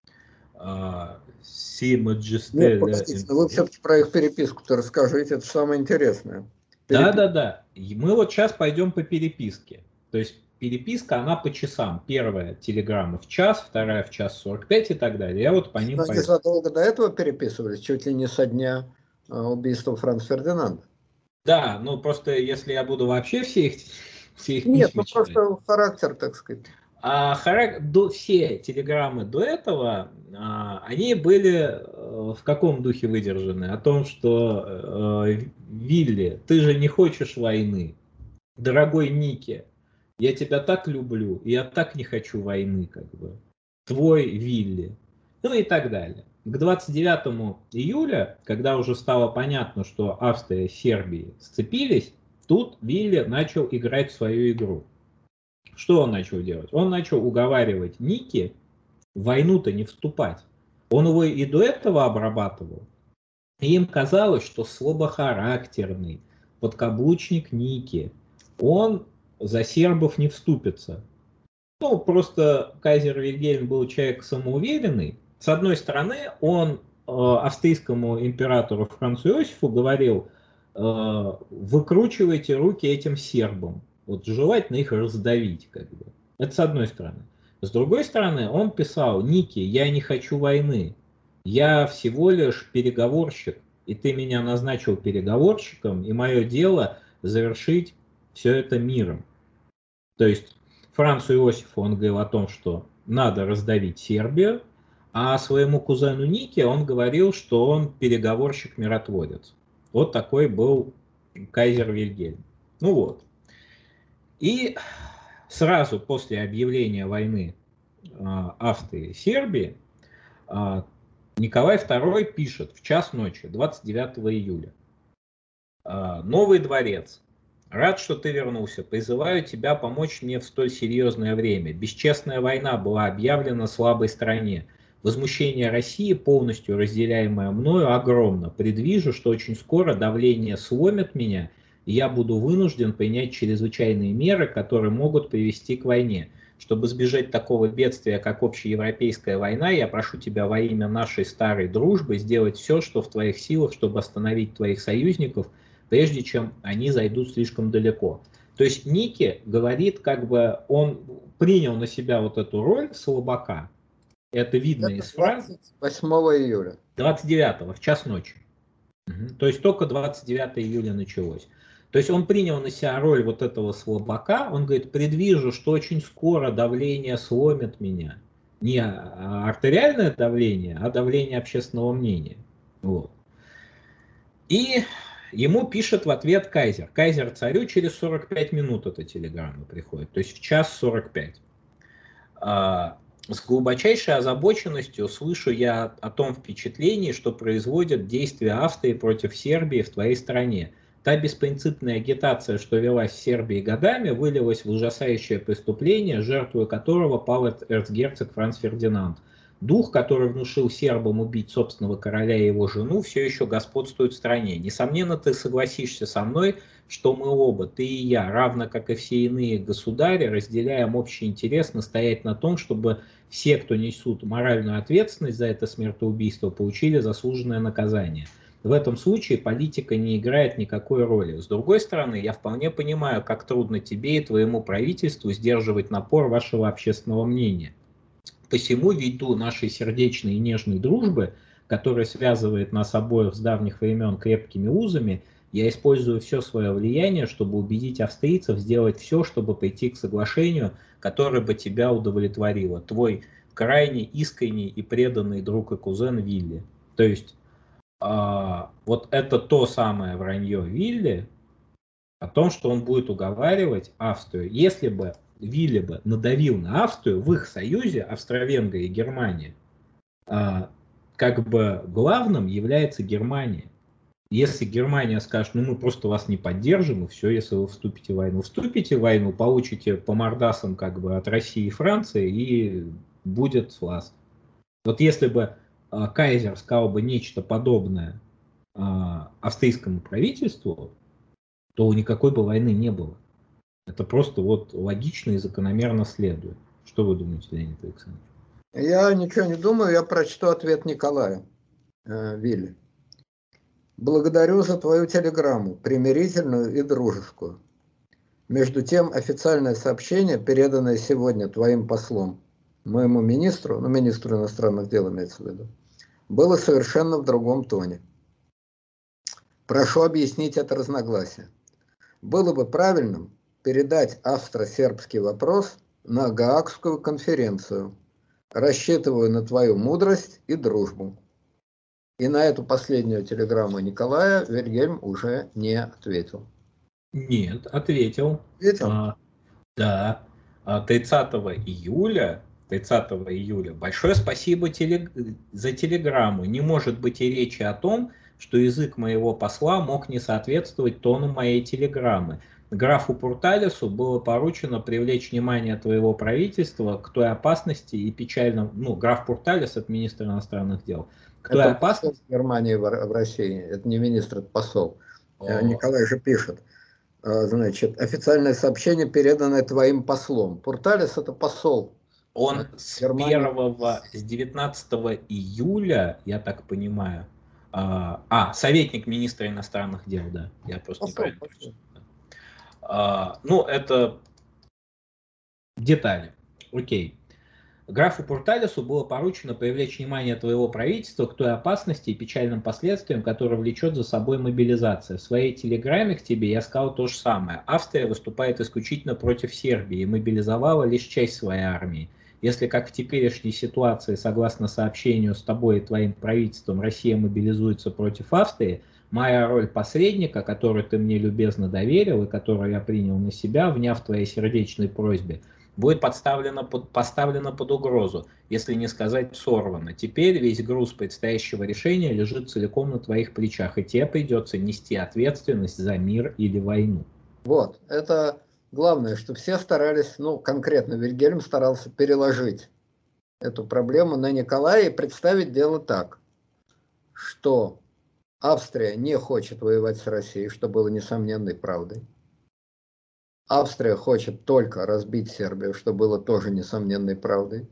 Си Нет, Маджесте. погодите, вы все-таки про их переписку-то расскажите, это самое интересное. Да. И мы вот сейчас пойдем по переписке. То есть переписка, она по часам. Первая телеграмма в час, вторая в час 45 и так далее. Я вот по ним Но они пойду. задолго до этого переписывались, чуть ли не со дня убийства Франца Фердинанда. Да, ну просто если я буду вообще все их Нет, ну письма читать. просто характер, так сказать. А все телеграммы до этого, они были в каком духе выдержаны? О том, что Вилли, ты же не хочешь войны. Дорогой Ники, я тебя так люблю, и я так не хочу войны, как бы. Твой Вилли. Ну и так далее. К 29 июля, когда уже стало понятно, что Австрия и Сербия сцепились, тут Вилли начал играть в свою игру. Что он начал делать? Он начал уговаривать Ники в войну-то не вступать. Он его и до этого обрабатывал. И им казалось, что слабохарактерный подкаблучник Ники, он за сербов не вступится. Ну, просто кайзер Вильгельм был человек самоуверенный. С одной стороны, он австрийскому императору Францу Иосифу говорил, выкручивайте руки этим сербам. Вот желательно их раздавить, как бы. Это с одной стороны. С другой стороны, он писал, Ники, я не хочу войны. Я всего лишь переговорщик, и ты меня назначил переговорщиком, и мое дело завершить все это миром. То есть Францу Иосифу он говорил о том, что надо раздавить Сербию, а своему кузену Нике он говорил, что он переговорщик-миротворец. Вот такой был кайзер Вильгельм. Ну вот. И сразу после объявления войны Австрии и Сербии Николай II пишет в час ночи, 29 июля. Новый дворец. Рад, что ты вернулся. Призываю тебя помочь мне в столь серьезное время. Бесчестная война была объявлена слабой стране. Возмущение России, полностью разделяемое мною, огромно. Предвижу, что очень скоро давление сломит меня, и я буду вынужден принять чрезвычайные меры, которые могут привести к войне. Чтобы избежать такого бедствия, как общеевропейская война, я прошу тебя во имя нашей старой дружбы сделать все, что в твоих силах, чтобы остановить твоих союзников, прежде чем они зайдут слишком далеко. То есть Ники говорит, как бы он принял на себя вот эту роль слабака. Это видно Это из фраз 28 июля. 29-го, в час ночи. То есть только 29 июля началось. То есть он принял на себя роль вот этого слабака. Он говорит, предвижу, что очень скоро давление сломит меня. Не артериальное давление, а давление общественного мнения. Вот. И ему пишет в ответ кайзер. Кайзер царю через 45 минут эта телеграмма приходит. То есть в час 45. С глубочайшей озабоченностью слышу я о том впечатлении, что производят действия Австрии против Сербии в твоей стране. Та беспринципная агитация, что велась в Сербии годами, вылилась в ужасающее преступление, жертвой которого пал эрцгерцог Франц Фердинанд. Дух, который внушил сербам убить собственного короля и его жену, все еще господствует в стране. Несомненно, ты согласишься со мной, что мы оба, ты и я, равно как и все иные государи, разделяем общий интерес настоять на том, чтобы все, кто несут моральную ответственность за это смертоубийство, получили заслуженное наказание. В этом случае политика не играет никакой роли. С другой стороны, я вполне понимаю, как трудно тебе и твоему правительству сдерживать напор вашего общественного мнения. Посему, ввиду нашей сердечной и нежной дружбы, которая связывает нас обоих с давних времен крепкими узами, я использую все свое влияние, чтобы убедить австрийцев сделать все, чтобы прийти к соглашению, которое бы тебя удовлетворило. Твой крайне искренний и преданный друг и кузен Вилли. То есть вот это то самое вранье Вилли о том, что он будет уговаривать Австрию. Если бы Вилли бы надавил на Австрию в их союзе, Австро-Венгрия и Германия, как бы главным является Германия. Если Германия скажет, ну мы просто вас не поддержим, и все, если вы вступите в войну, получите по мордасам как бы от России и Франции, и будет с вас. Вот если бы кайзер сказал бы нечто подобное австрийскому правительству, то никакой бы войны не было. Это просто вот логично и закономерно следует. Что вы думаете, Леонид Александрович? Я ничего не думаю, я прочту ответ Николая Вилли. Благодарю за твою телеграмму, примирительную и дружескую. Между тем, официальное сообщение, переданное сегодня твоим послом, моему министру, ну, министру иностранных дел имеется в виду, было совершенно в другом тоне. Прошу объяснить это разногласие. Было бы правильным передать австро-сербский вопрос на Гаагскую конференцию. Рассчитываю на твою мудрость и дружбу. И на эту последнюю телеграмму Николая Вильгельм уже не ответил. Нет, ответил. Ответил? Да, 30 июля, 30 июля, большое спасибо за телеграмму. Не может быть и речи о том, что язык моего посла мог не соответствовать тону моей телеграммы. Графу Пурталису было поручено привлечь внимание твоего правительства к той опасности и печальном... Ну, граф Пурталис, это министр иностранных дел. К той Это посол опасности... Германии в России, это не министр, это посол. Николай же пишет. Значит, официальное сообщение, переданное твоим послом. Пурталис – это посол Он с Германии. 19 июля, я так понимаю, советник министра иностранных дел, да, я просто Посол, неправильно посол. прочитал. Ну, это детали. Окей. Графу Пурталису было поручено привлечь внимание твоего правительства к той опасности и печальным последствиям, которые влечет за собой мобилизация. В своей телеграмме к тебе я сказал то же самое. Австрия выступает исключительно против Сербии и мобилизовала лишь часть своей армии. Если, как в теперешней ситуации, согласно сообщению с тобой и твоим правительством, Россия мобилизуется против Австрии, моя роль посредника, которую ты мне любезно доверил и которую я принял на себя, вняв твоей сердечной просьбе, будет поставлена под угрозу, если не сказать сорвана. Теперь весь груз предстоящего решения лежит целиком на твоих плечах, и тебе придется нести ответственность за мир или войну. Вот, это главное, что все старались, ну, конкретно Вильгельм старался переложить эту проблему на Николая и представить дело так, что Австрия не хочет воевать с Россией, что было несомненной правдой. Австрия хочет только разбить Сербию, что было тоже несомненной правдой.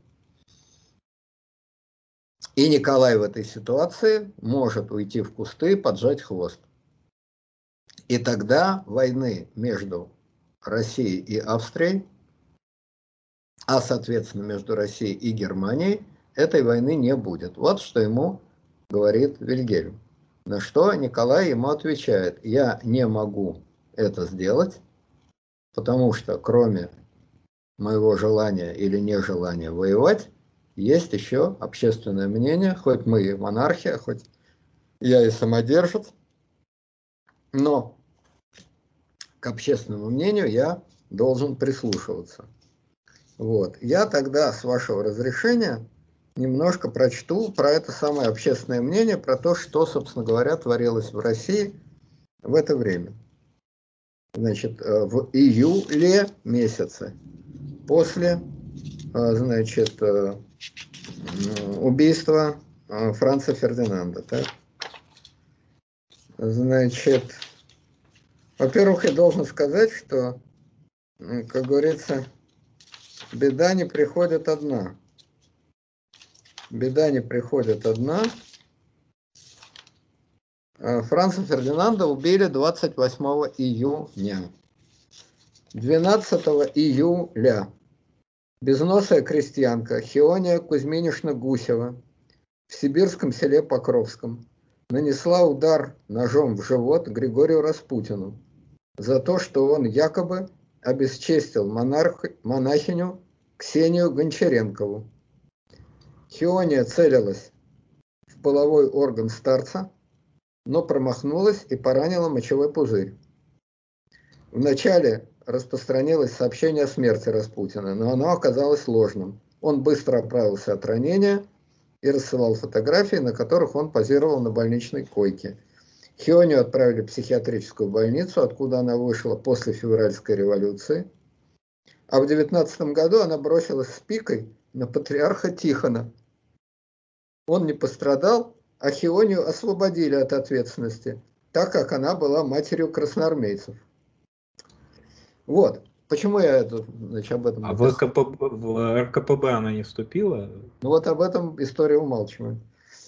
И Николай в этой ситуации может уйти в кусты и поджать хвост. И тогда войны между Россией и Австрией, а соответственно между Россией и Германией, этой войны не будет. Вот что ему говорит Вильгельм. На что Николай ему отвечает: я не могу это сделать, потому что кроме моего желания или нежелания воевать, есть еще общественное мнение, хоть мы и монархия, хоть я и самодержец, но к общественному мнению я должен прислушиваться. Вот. Я тогда, с вашего разрешения, немножко прочту про это самое общественное мнение, про то, что, собственно говоря, творилось в России в это время. Значит, в июле месяце, после, значит, убийства Франца Фердинанда. Так? Значит, во-первых, я должен сказать, что, как говорится, беда не приходит одна. Беда не приходит одна. Франца Фердинанда убили 28 июня. 12 июля безносая крестьянка Хиония Кузьминишна Гусева в сибирском селе Покровском нанесла удар ножом в живот Григорию Распутину за то, что он якобы обесчестил монахиню Ксению Гончаренкову. Хиония целилась в половой орган старца, но промахнулась и поранила мочевой пузырь. Вначале распространилось сообщение о смерти Распутина, но оно оказалось ложным. Он быстро оправился от ранения и рассылал фотографии, на которых он позировал на больничной койке. Хионию отправили в психиатрическую больницу, откуда она вышла после февральской революции. А в 19 году она бросилась с пикой на патриарха Тихона. Он не пострадал, а Хионию освободили от ответственности, так как она была матерью красноармейцев. Вот. Почему я это, значит, об этом А написал? в РКПБ она не вступила? Ну вот об этом история умалчивает.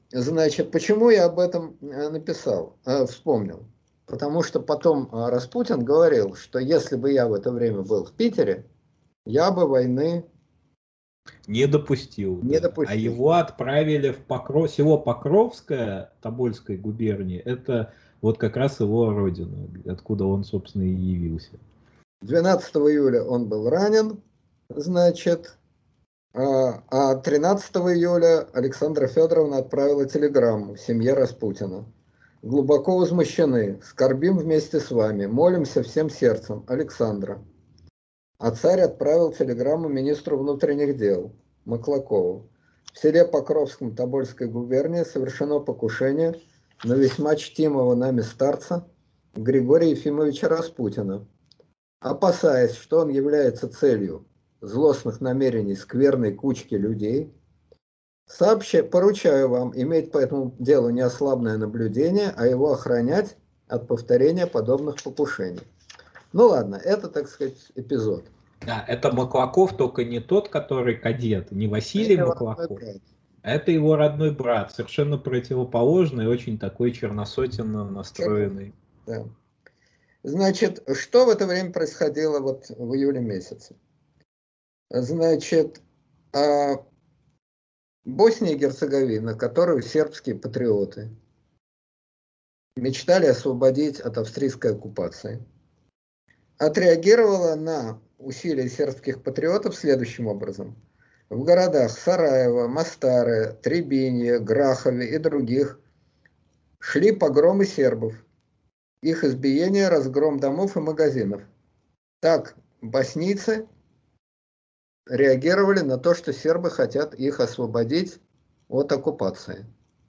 Значит, почему я об этом написал, вспомнил? Потому что потом Распутин говорил, что если бы я в это время был в Питере, я бы войны Не допустил, не да. А допустил. его отправили в село Покровское Тобольской губернии. Это вот как раз его родина, откуда он, собственно, и явился. 12 июля он был ранен, значит, а 13 июля Александра Федоровна отправила телеграмму семье Распутина. Глубоко возмущены, скорбим вместе с вами, молимся всем сердцем, Александра. А царь отправил телеграмму министру внутренних дел Маклакову. В селе Покровском Тобольской губернии совершено покушение на весьма чтимого нами старца Григория Ефимовича Распутина. Опасаясь, что он является целью злостных намерений скверной кучки людей, поручаю вам иметь по этому делу неослабное наблюдение, а его охранять от повторения подобных покушений. Ну ладно, это, так сказать, эпизод. Да, это Маклаков, только не тот, который кадет, не Василий Это его родной Маклаков. брат. Это его родной брат, совершенно противоположный, очень такой черносотенно настроенный. Да. Значит, что в это время происходило вот в июле месяце? Значит, Босния и Герцеговина, которую сербские патриоты мечтали освободить от австрийской оккупации, отреагировала на усилия сербских патриотов следующим образом. В городах Сараево, Мостаре, Требинье, Грахове и других шли погромы сербов, их избиение, разгром домов и магазинов. Так боснийцы реагировали на то, что сербы хотят их освободить от оккупации.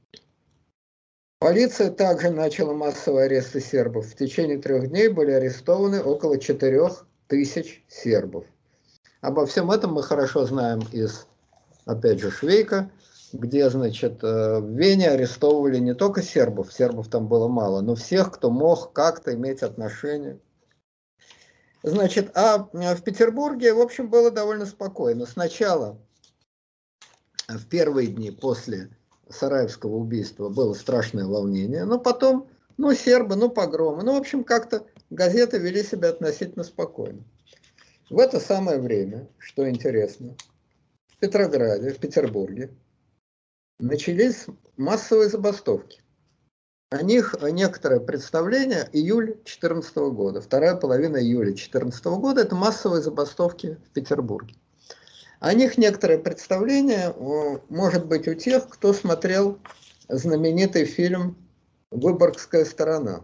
Полиция также начала массовые аресты сербов. В течение 3 дней были арестованы около 4000 сербов. Обо всем этом мы хорошо знаем из, опять же, Швейка, где, значит, в Вене арестовывали не только сербов там было мало, но всех, кто мог как-то иметь отношение. Значит, а в Петербурге, в общем, было довольно спокойно. Сначала, в первые дни после Сараевского убийства, было страшное волнение, но потом, ну, сербы, ну, погромы, ну, в общем, как-то газеты вели себя относительно спокойно. В это самое время, что интересно, в Петрограде, в Петербурге, начались массовые забастовки. О них некоторое представление июль 2014 года. Вторая половина июля 2014 года – это массовые забастовки в Петербурге. О них некоторое представление может быть у тех, кто смотрел знаменитый фильм «Выборгская сторона».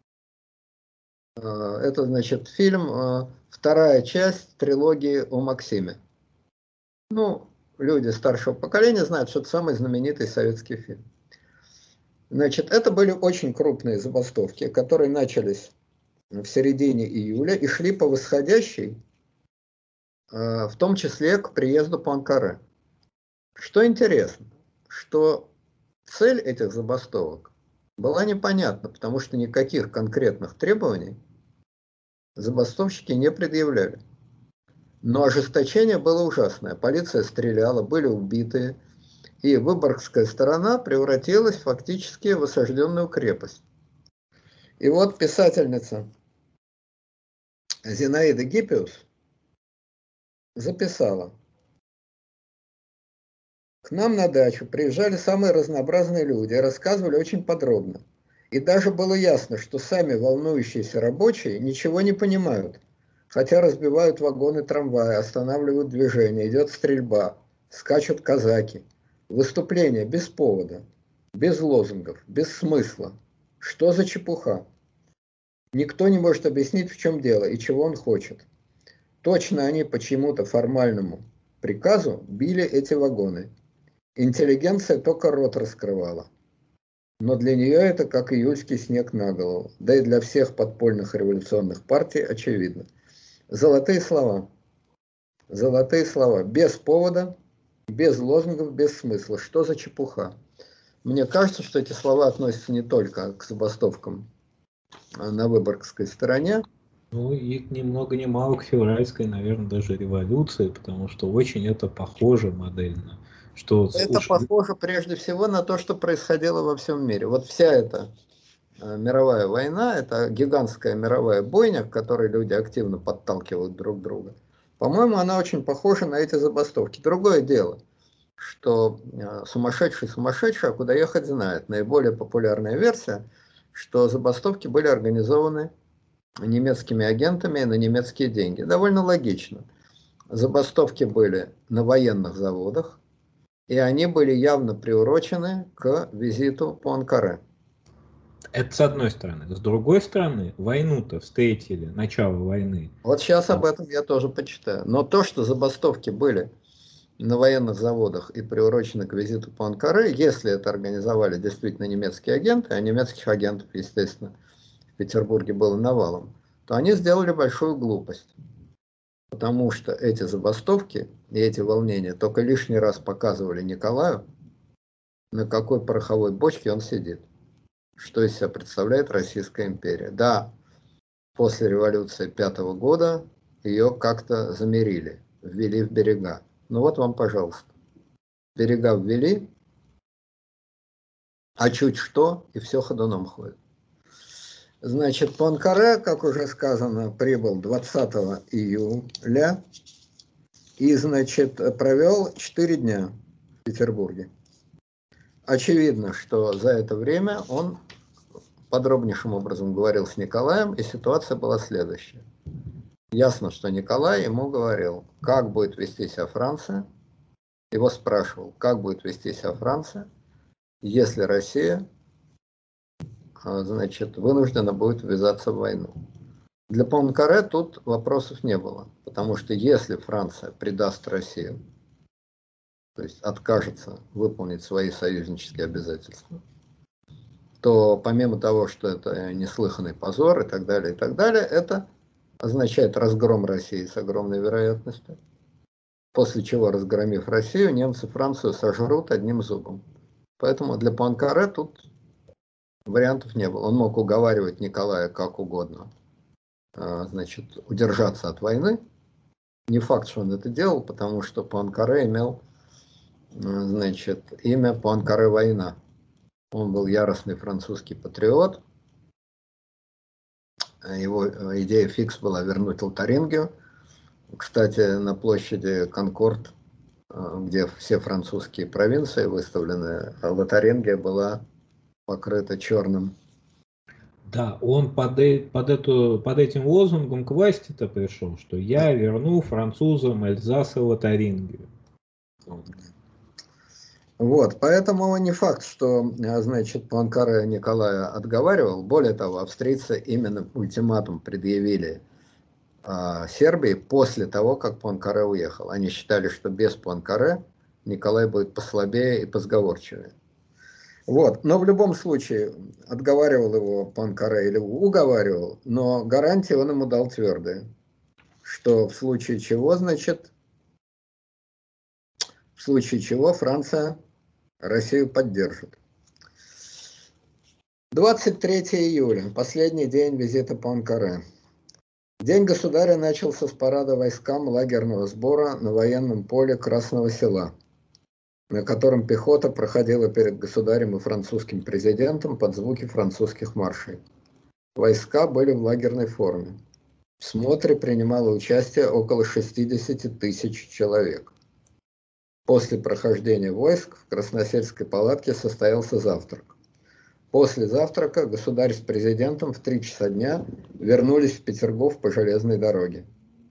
Это, значит, фильм, вторая часть трилогии о Максиме. Ну, люди старшего поколения знают, что это самый знаменитый советский фильм. Значит, это были очень крупные забастовки, которые начались в середине июля и шли по восходящей, в том числе к приезду Пуанкаре. Что интересно, что цель этих забастовок была непонятна, потому что никаких конкретных требований забастовщики не предъявляли. Но ожесточение было ужасное. Полиция стреляла, были убитые, и Выборгская сторона превратилась фактически в осажденную крепость. И вот писательница Зинаида Гиппиус записала: к нам на дачу приезжали самые разнообразные люди, рассказывали очень подробно. И даже было ясно, что сами волнующиеся рабочие ничего не понимают, хотя разбивают вагоны трамвая, останавливают движение, идет стрельба, скачут казаки. Выступления без повода, без лозунгов, без смысла. Что за чепуха? Никто не может объяснить, в чем дело и чего он хочет. Точно они по чему-то формальному приказу били эти вагоны. Интеллигенция только рот раскрывала. Но для нее это как июльский снег на голову. Да и для всех подпольных революционных партий очевидно. Золотые слова. Золотые слова. Без повода, без лозунгов, без смысла. Что за чепуха? Мне кажется, что эти слова относятся не только к забастовкам на Выборгской стороне. Ну и ни много ни мало к февральской, наверное, даже революции, потому что очень это похоже модельно. что Это уж... похоже прежде всего на то, что происходило во всем мире. Вот вся эта мировая война, это гигантская мировая бойня, в которой люди активно подталкивают друг друга. По-моему, она очень похожа на эти забастовки. Другое дело, что сумасшедший, а куда ехать знает. Наиболее популярная версия, что забастовки были организованы немецкими агентами на немецкие деньги. Довольно логично. Забастовки были на военных заводах, и они были явно приурочены к визиту Пуанкаре. Это с одной стороны. С другой стороны, войну-то встретили, начало войны. Вот сейчас об этом я тоже почитаю. Но то, что забастовки были на военных заводах и приурочены к визиту Пуанкаре, если это организовали действительно немецкие агенты, а немецких агентов, естественно, в Петербурге было навалом, то они сделали большую глупость. Потому что эти забастовки и эти волнения только лишний раз показывали Николаю, на какой пороховой бочке он сидит. Что из себя представляет Российская империя. Да, после революции 5-го года ее как-то замерили, ввели в берега. Ну вот вам, пожалуйста. Берега ввели, а чуть что, и все ходуном ходит. Значит, Пуанкаре, как уже сказано, прибыл 20 июля и, значит, провел 4 дня в Петербурге. Очевидно, что за это время он подробнейшим образом говорил с Николаем, и ситуация была следующая. Ясно, что Николай ему говорил, как будет вести себя Франция. Его спрашивал, как будет вести себя Франция, если Россия, значит, вынуждена будет ввязаться в войну. Для Пуанкаре тут вопросов не было, потому что если Франция предаст Россию, то есть откажется выполнить свои союзнические обязательства, то помимо того, что это неслыханный позор и так далее, это означает разгром России с огромной вероятностью, после чего, разгромив Россию, немцы Францию сожрут одним зубом. Поэтому для Пуанкаре тут вариантов не было. Он мог уговаривать Николая как угодно, значит, удержаться от войны. Не факт, что он это делал, потому что Пуанкаре имел, значит, имя Пуанкаре война. Он был яростный французский патриот. Его идея фикс была вернуть Лотарингию. Кстати, на площади Конкорд, где все французские провинции выставлены, Лотарингия была покрыта черным. Да, он под этим лозунгом к власти-то пришел, что я верну французам Эльзас и Лотарингию. Вот, поэтому не факт, что, значит, Пуанкаре Николая отговаривал. Более того, австрийцы именно ультиматум предъявили Сербии после того, как Пуанкаре уехал. Они считали, что без Пуанкаре Николай будет послабее и позговорчивее. Вот. Но в любом случае, отговаривал его Пуанкаре или уговаривал, но гарантии он ему дал твердые, что в случае чего, значит, в случае чего Франция Россию поддержит. 23 июля, последний день визита Пуанкаре. День государя начался с парада войскам лагерного сбора на военном поле Красного Села, на котором пехота проходила перед государем и французским президентом под звуки французских маршей. Войска были в лагерной форме. В смотре принимало участие около 60 тысяч человек. После прохождения войск в Красносельской палатке состоялся завтрак. После завтрака государь с президентом в 3 часа дня вернулись в Петергоф по железной дороге.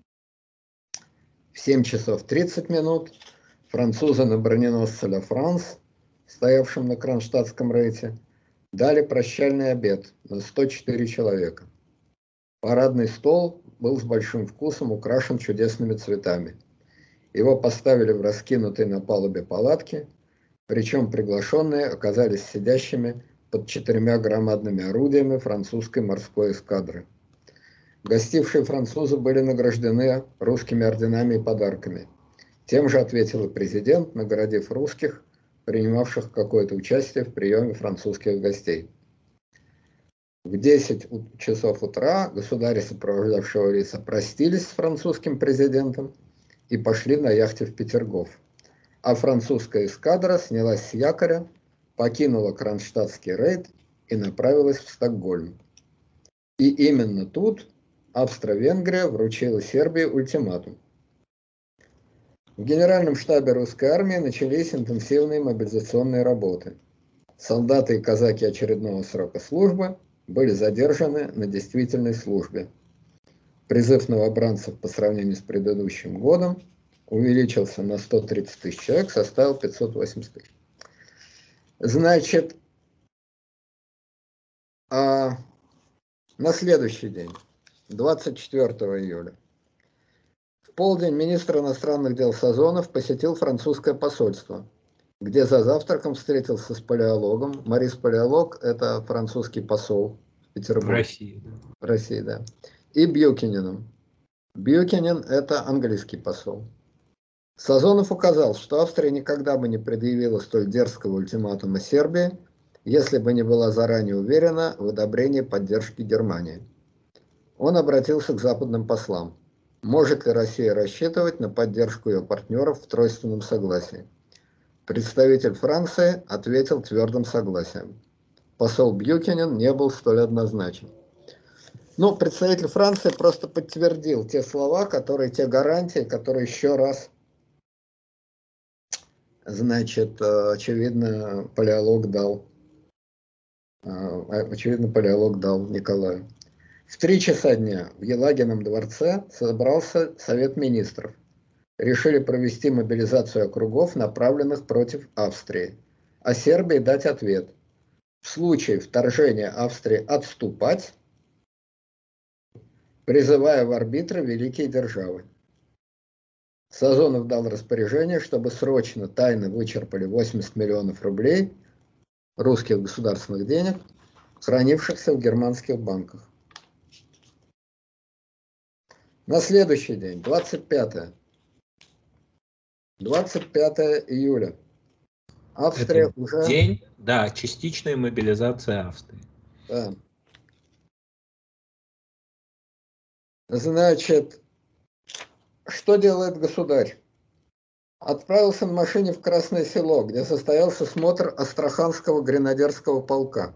В 7 часов 30 минут французы на броненосце «Ля Франс», стоявшем на Кронштадтском рейте, дали прощальный обед на 104 человека. Парадный стол был с большим вкусом украшен чудесными цветами. Его поставили в раскинутой на палубе палатке, причем приглашенные оказались сидящими под 4 громадными орудиями французской морской эскадры. Гостившие французы были награждены русскими орденами и подарками. Тем же ответил и президент, наградив русских, принимавших какое-то участие в приеме французских гостей. В 10 часов утра государи, сопровождавшего лица, простились с французским президентом и пошли на яхте в Петергоф. а французская эскадра снялась с якоря, покинула Кронштадтский рейд и направилась в Стокгольм. И именно тут Австро-Венгрия вручила Сербии ультиматум. В Генеральном штабе русской армии начались интенсивные мобилизационные работы. Солдаты и казаки очередного срока службы были задержаны на действительной службе. Призыв новобранцев по сравнению с предыдущим годом увеличился на 130 тысяч человек, составил 580 тысяч. Значит, на следующий день, 24 июля, в полдень министр иностранных дел Сазонов посетил французское посольство, где за завтраком встретился с палеологом. Морис Палеолог – это французский посол в Петербурге. В России. В России, да. И Бьюкененом. Бьюкенен – это английский посол. Сазонов указал, что Австрия никогда бы не предъявила столь дерзкого ультиматума Сербии, если бы не была заранее уверена в одобрении поддержки Германии. Он обратился к западным послам. Может ли Россия рассчитывать на поддержку ее партнеров в тройственном согласии? Представитель Франции ответил твердым согласием. Посол Бьюкенен не был столь однозначен. Ну, представитель Франции просто подтвердил те слова, те гарантии, которые еще раз, значит, очевидно, палеолог дал Николаю. В 3 часа дня в Елагином дворце собрался Совет министров. Решили провести мобилизацию округов, направленных против Австрии, а Сербии дать ответ. В случае вторжения Австрии отступать, призывая в арбитры великие державы. Сазонов дал распоряжение, чтобы срочно тайно вычерпали 80 миллионов рублей русских государственных денег, хранившихся в германских банках. На следующий день, 25 июля, Австрия Это уже... день, да, частичная мобилизация Австрии. Да. Значит, что делает государь? Отправился на машине в Красное Село, где состоялся смотр Астраханского гренадерского полка.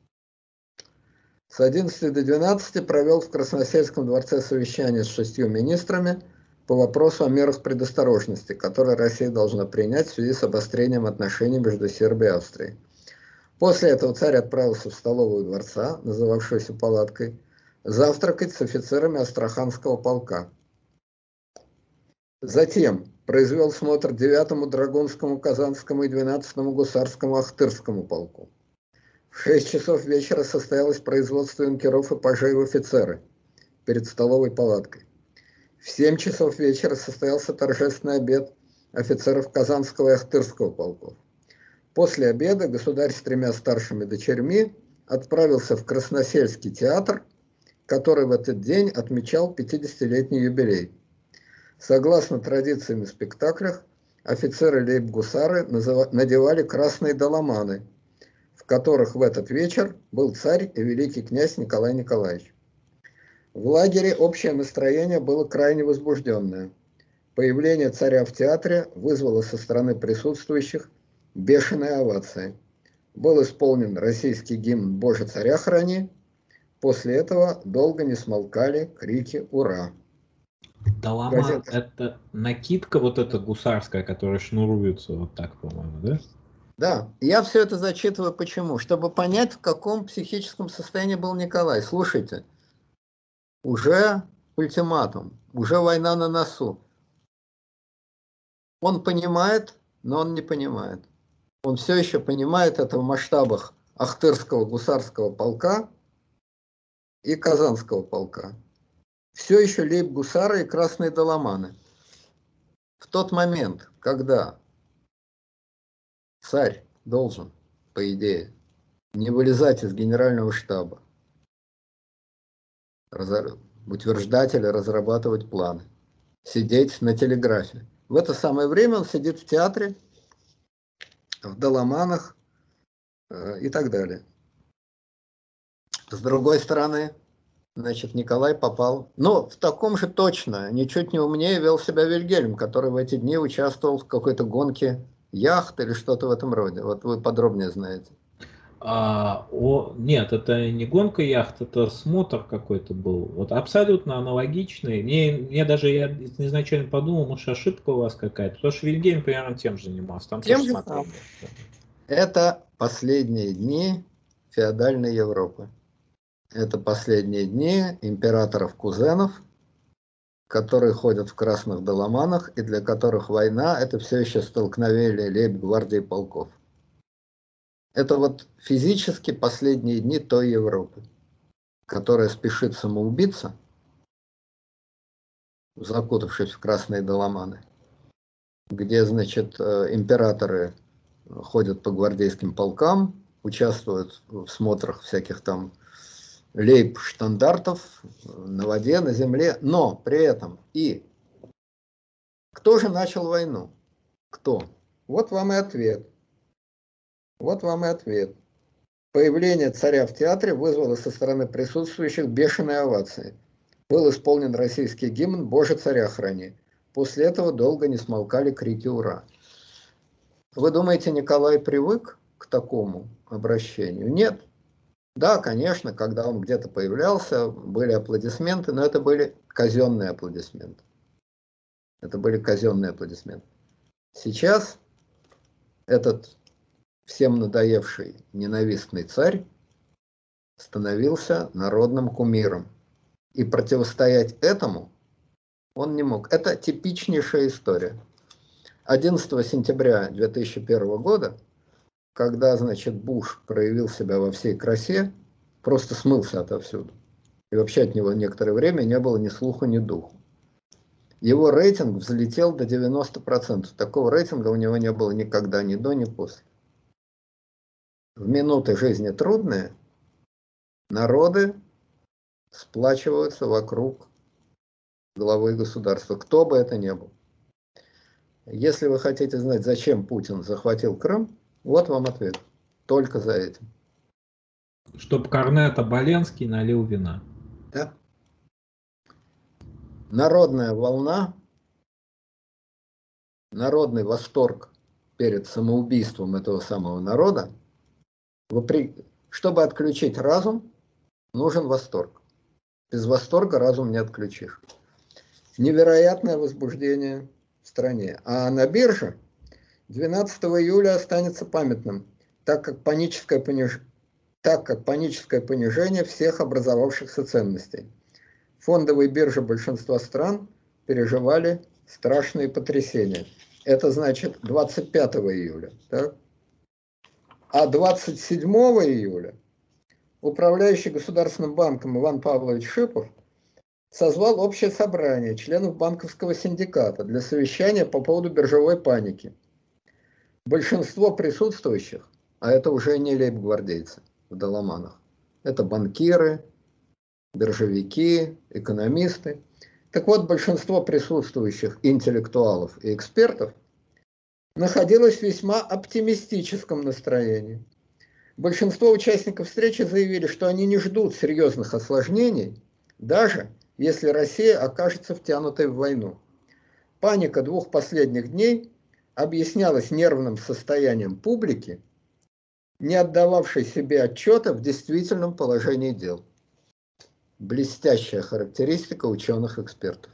С 11 до 12 провел в Красносельском дворце совещание с 6 министрами по вопросу о мерах предосторожности, которые Россия должна принять в связи с обострением отношений между Сербией и Австрией. После этого царь отправился в столовую дворца, называвшуюся палаткой, завтракать с офицерами Астраханского полка. Затем произвел смотр 9-му Драгунскому, Казанскому и 12-му Гусарскому Ахтырскому полку. В 6 часов вечера состоялось производство юнкеров и пажей в офицеры перед столовой палаткой. В 7 часов вечера состоялся торжественный обед офицеров Казанского и Ахтырского полков. После обеда государь с 3 старшими дочерьми отправился в Красносельский театр, который в этот день отмечал 50-летний юбилей. Согласно традициям и спектаклях, офицеры лейб-гусары надевали красные доломаны, в которых в этот вечер был царь и великий князь Николай Николаевич. В лагере общее настроение было крайне возбужденное. Появление царя в театре вызвало со стороны присутствующих бешеные овации. Был исполнен российский гимн «Боже, царя храни». После этого долго не смолкали крики «Ура!». Доломан — это накидка вот эта гусарская, которая шнуруется вот так, по-моему, да? Да, я все это зачитываю почему? Чтобы понять, в каком психическом состоянии был Николай. Слушайте, уже ультиматум, уже война на носу. Он понимает, но он не понимает. Он все еще понимает это в масштабах Ахтырского гусарского полка и Казанского полка. Все еще лейб-гусары и красные доломаны. В тот момент, когда царь должен, по идее, не вылезать из генерального штаба, утверждать или разрабатывать планы, сидеть на телеграфе. В это самое время он сидит в театре, в доломанах и так далее. С другой стороны, Значит, Николай попал. Но в таком же точно, ничуть не умнее вел себя Вильгельм, который в эти дни участвовал в какой-то гонке яхт или что-то в этом роде. Вот вы подробнее знаете. Нет, это не гонка яхт, это смотр какой-то был. Вот абсолютно аналогичный. Мне даже я изначально подумал, может ошибка у вас какая-то, потому что Вильгельм примерно тем же занимался, там тоже Тем же смотрел. самым. Это последние дни феодальной Европы. Это последние дни императоров-кузенов, которые ходят в красных доломанах и для которых война – это все еще столкновение лейб-гвардии полков. Это вот физически последние дни той Европы, которая спешит самоубиться, закутавшись в красные доломаны, где, значит, императоры ходят по гвардейским полкам, участвуют в смотрах всяких там лейб-штандартов на воде, на земле, но при этом и кто же начал войну? Кто? Вот вам и ответ. Вот вам и ответ. Появление царя в театре вызвало со стороны присутствующих бешеные овации. Был исполнен российский гимн «Боже, царя храни». После этого долго не смолкали крики «Ура!». Вы думаете, Николай привык к такому обращению? Нет. Да, конечно, когда он где-то появлялся, были аплодисменты, но это были казенные аплодисменты. Это были казенные аплодисменты. Сейчас этот всем надоевший ненавистный царь становился народным кумиром. И противостоять этому он не мог. Это типичнейшая история. 11 сентября 2001 года, когда, значит, Буш проявил себя во всей красе, просто смылся отовсюду. И вообще от него некоторое время не было ни слуху, ни духу. Его рейтинг взлетел до 90%. Такого рейтинга у него не было никогда, ни до, ни после. В минуты жизни трудные народы сплачиваются вокруг главы государства, кто бы это ни был. Если вы хотите знать, зачем Путин захватил Крым, вот вам ответ. Только за этим. Чтоб Корнет Оболенский налил вина. Да? Народная волна, народный восторг перед самоубийством этого самого народа, чтобы отключить разум, нужен восторг. Без восторга разум не отключишь. Невероятное возбуждение в стране. А на бирже 12 июля останется памятным, так как паническое понижение всех образовавшихся ценностей. Фондовые биржи большинства стран переживали страшные потрясения. Это значит 25 июля. Так? А 27 июля управляющий Государственным банком Иван Павлович Шипов созвал общее собрание членов банковского синдиката для совещания по поводу биржевой паники. Большинство присутствующих, а это уже не лейб-гвардейцы в доломанах, это банкиры, биржевики, экономисты. Так вот, большинство присутствующих интеллектуалов и экспертов находилось в весьма оптимистическом настроении. Большинство участников встречи заявили, что они не ждут серьезных осложнений, даже если Россия окажется втянутой в войну. Паника двух последних дней объяснялась нервным состоянием публики, не отдававшей себе отчета в действительном положении дел. Блестящая характеристика ученых-экспертов.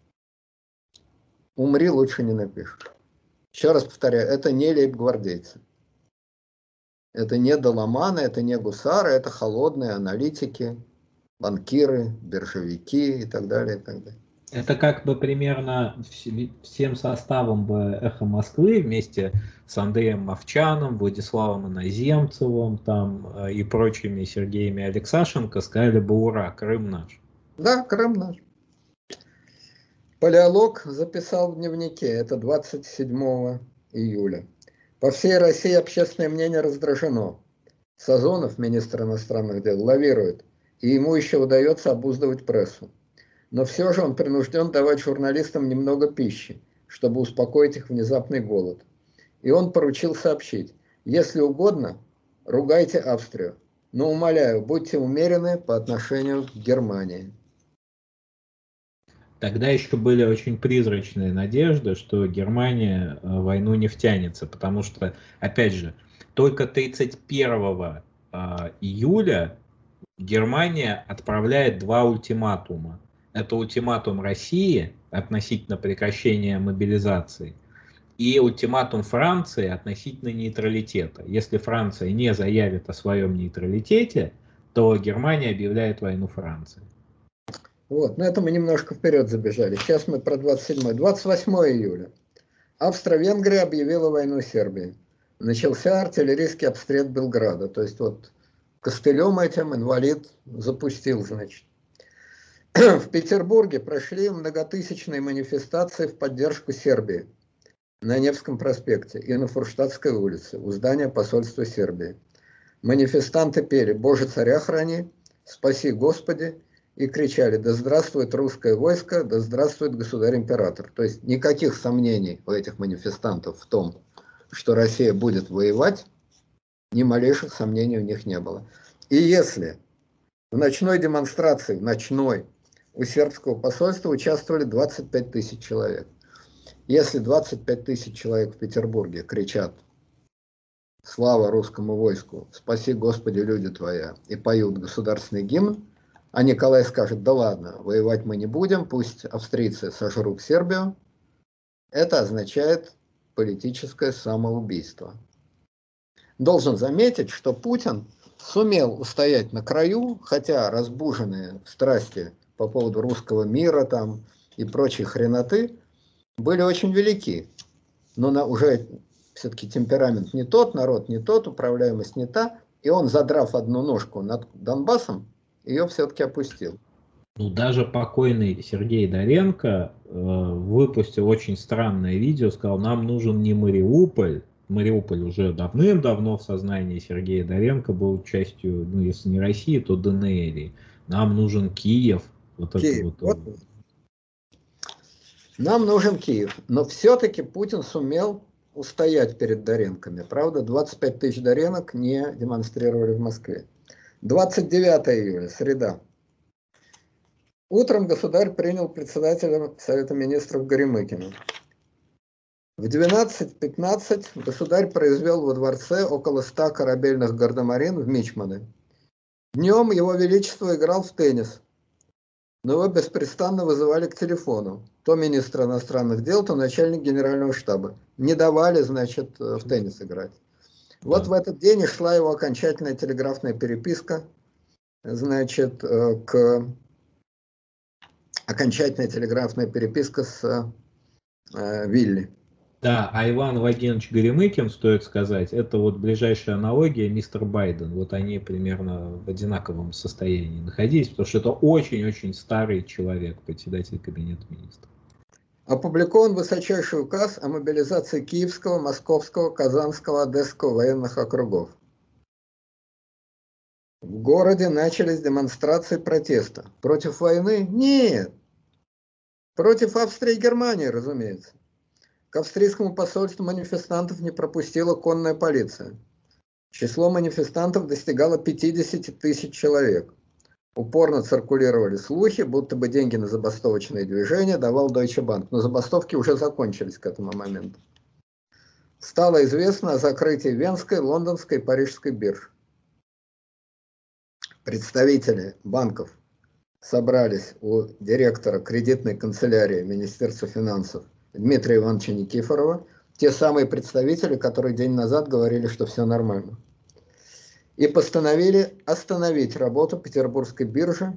Умри, лучше не напишешь. Еще раз повторяю, это не лейб-гвардейцы. Это не доломаны, это не гусары, это холодные аналитики, банкиры, биржевики и так далее, и так далее. Это как бы примерно всем составом бы «Эхо Москвы» вместе с Андреем Мовчаном, Владиславом Иноземцевым там, и прочими Сергеями Алексашенко сказали бы «Ура, Крым наш». Да, Крым наш. Палеолог записал в дневнике, это 27 июля. По всей России общественное мнение раздражено. Сазонов, министр иностранных дел, лавирует, и ему еще удается обуздывать прессу. Но все же он принужден давать журналистам немного пищи, чтобы успокоить их внезапный голод. И он поручил сообщить: если угодно, ругайте Австрию, Но, умоляю, будьте умеренны по отношению к Германии. Тогда еще были очень призрачные надежды, что Германия в войну не втянется, потому что, опять же, только 31 июля Германия отправляет два ультиматума. Это ультиматум России относительно прекращения мобилизации и ультиматум Франции относительно нейтралитета. Если Франция не заявит о своем нейтралитете, то Германия объявляет войну Франции. Вот, но это мы немножко вперед забежали. Сейчас мы про 27-й. 28 июля. Австро-Венгрия объявила войну Сербии. Начался артиллерийский обстрел Белграда. То есть вот костылем этим инвалид запустил, значит. В Петербурге прошли многотысячные манифестации в поддержку Сербии на Невском проспекте и на Фурштадтской улице у здания посольства Сербии. Манифестанты пели «Боже, царя храни», «Спаси Господи» и кричали «Да здравствует русское войско, да здравствует государь-император». То есть никаких сомнений у этих манифестантов в том, что Россия будет воевать, ни малейших сомнений у них не было. И если в ночной демонстрации, у сербского посольства участвовали 25 тысяч человек. Если 25 тысяч человек в Петербурге кричат «Слава русскому войску! Спаси, Господи, люди твоя!» и поют государственный гимн, а Николай скажет: да ладно, воевать мы не будем, пусть австрийцы сожрут Сербию, это означает политическое самоубийство. Должен заметить, что Путин сумел устоять на краю, хотя разбуженные страсти по поводу русского мира там и прочей хреноты были очень велики. Но уже все-таки темперамент не тот, народ не тот, управляемость не та, и он, задрав одну ножку над Донбассом, ее все-таки опустил. Ну, даже покойный Сергей Доренко выпустил очень странное видео, сказал, нам нужен не Мариуполь. Мариуполь уже давным-давно в сознании Сергея Доренко был частью, ну, если не России, то ДНР. Нам нужен Киев. Вот Киев. это вот. Нам нужен Киев. Но все-таки Путин сумел устоять перед Доренками. Правда, 25 тысяч Доренок не демонстрировали в Москве. 29 июля, среда. Утром государь принял председателя Совета министров Горемыкина. В 12:15 государь произвел во дворце около 100 корабельных гардемарин в Мичманы. Днем его величество играл в теннис, но его беспрестанно вызывали к телефону. То министр иностранных дел, то начальник генерального штаба. Не давали, значит, в теннис играть. Вот в этот день и шла его окончательная телеграфная переписка, значит, окончательная телеграфная переписка с Вилли. Да, а Иван Владимирович Горемыкин, стоит сказать, это вот ближайшая аналогия мистер Байден. Вот они примерно в одинаковом состоянии находились, потому что это очень-очень старый человек, председатель кабинета министров. Опубликован высочайший указ о мобилизации Киевского, Московского, Казанского, Одесского военных округов. В городе начались демонстрации протеста. Против войны? Нет. Против Австрии и Германии, разумеется. К австрийскому посольству манифестантов не пропустила конная полиция. Число манифестантов достигало 50 тысяч человек. Упорно циркулировали слухи, будто бы деньги на забастовочные движения давал Deutsche Bank. Но забастовки уже закончились к этому моменту. Стало известно о закрытии Венской, Лондонской и Парижской бирж. Представители банков собрались у директора кредитной канцелярии Министерства финансов Дмитрия Ивановича Никифорова, те самые представители, которые день назад говорили, что все нормально, и постановили остановить работу Петербургской биржи.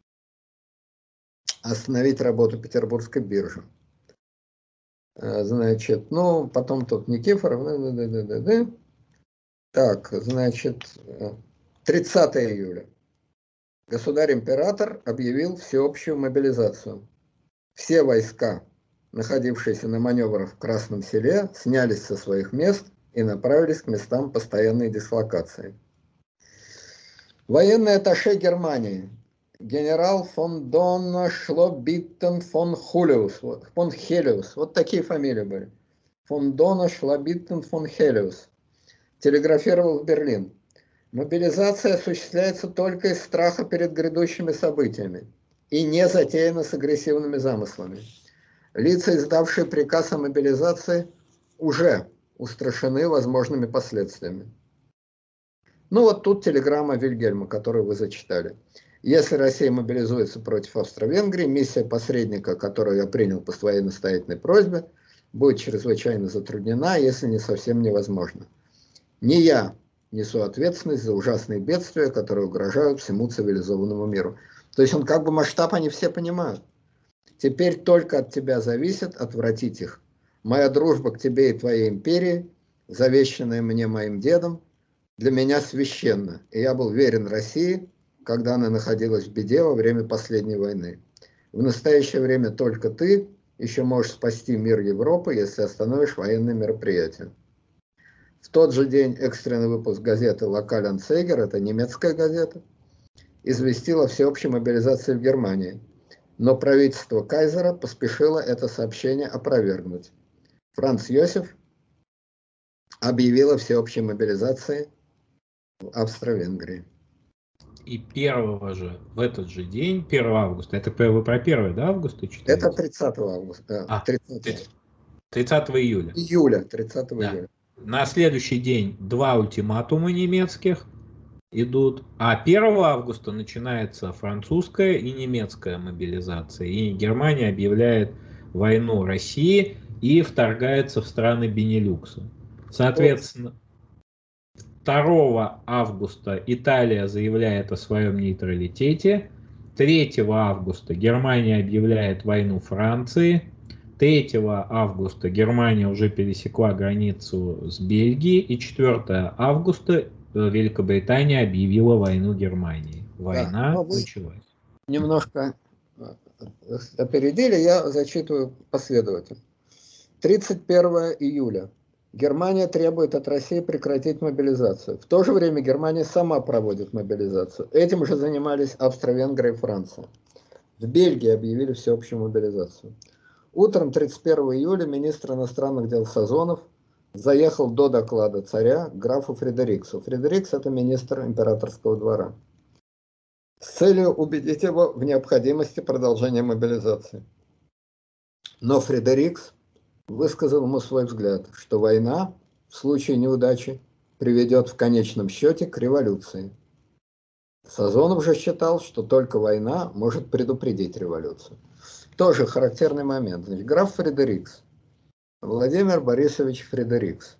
Значит, ну, потом тут Никифоров. Так, значит, 30 июля. Государь-император объявил всеобщую мобилизацию. Все войска, находившиеся на маневрах в Красном Селе, снялись со своих мест и направились к местам постоянной дислокации. Военный атташе Германии, генерал фон Дона-Шлобиттен фон Хелиус, вот такие фамилии были, фон Дона-Шлобиттен фон Хелиус, телеграфировал в Берлин. Мобилизация осуществляется только из страха перед грядущими событиями и не затеяна с агрессивными замыслами. Лица, издавшие приказ о мобилизации, уже устрашены возможными последствиями. Ну вот тут телеграмма Вильгельма, которую вы зачитали. Если Россия мобилизуется против Австро-Венгрии, миссия посредника, которую я принял по своей настоятельной просьбе, будет чрезвычайно затруднена, если не совсем невозможно. Не я несу ответственность за ужасные бедствия, которые угрожают всему цивилизованному миру. То есть он как бы масштаб, они все понимают. Теперь только от тебя зависит отвратить их. Моя дружба к тебе и твоей империи, завещанная мне моим дедом, для меня священна. И я был верен России, когда она находилась в беде во время последней войны. В настоящее время только ты еще можешь спасти мир Европы, если остановишь военные мероприятия. В тот же день экстренный выпуск газеты «Локаль Ансейгер», это немецкая газета, известила о всеобщей мобилизации в Германии. Но правительство Кайзера поспешило это сообщение опровергнуть. Франц Йосиф объявил о всеобщей мобилизации в Австро-Венгрии. И первого же, в этот же день, 1 августа, это вы про 1, да, августа читаете? Это 30 августа, 30 30 июля. июля, 30 Да. июля. На следующий день 2 ультиматума немецких идут, а 1 августа начинается французская и немецкая мобилизация. И Германия объявляет войну России и вторгается в страны Бенилюкса. Соответственно, 2 августа Италия заявляет о своем нейтралитете. 3 августа Германия объявляет войну Франции. 3 августа Германия уже пересекла границу с Бельгией. И 4 августа Великобритания объявила войну Германии. Да, Война но вы началась. немножко опередили, я зачитываю последовательно. 31 июля. Германия требует от России прекратить мобилизацию. В то же время Германия сама проводит мобилизацию. Этим же занимались Австро-Венгрия и Франция. В Бельгии объявили всеобщую мобилизацию. Утром 31 июля министр иностранных дел Сазонов заехал до доклада царя к графу Фредериксу. Фредерикс – это министр императорского двора. С целью убедить его в необходимости продолжения мобилизации. Но Фредерикс высказал ему свой взгляд, что война в случае неудачи приведет в конечном счете к революции. Сазонов же считал, что только война может предупредить революцию. Тоже характерный момент. Значит, граф Фредерикс, Владимир Борисович Фредерикс,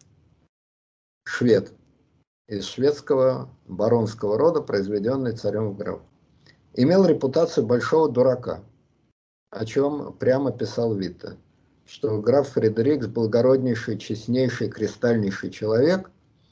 швед, из шведского баронского рода, произведенный царем в граф, имел репутацию большого дурака, о чем прямо писал Витте, что граф Фредерикс благороднейший, честнейший, кристальнейший человек,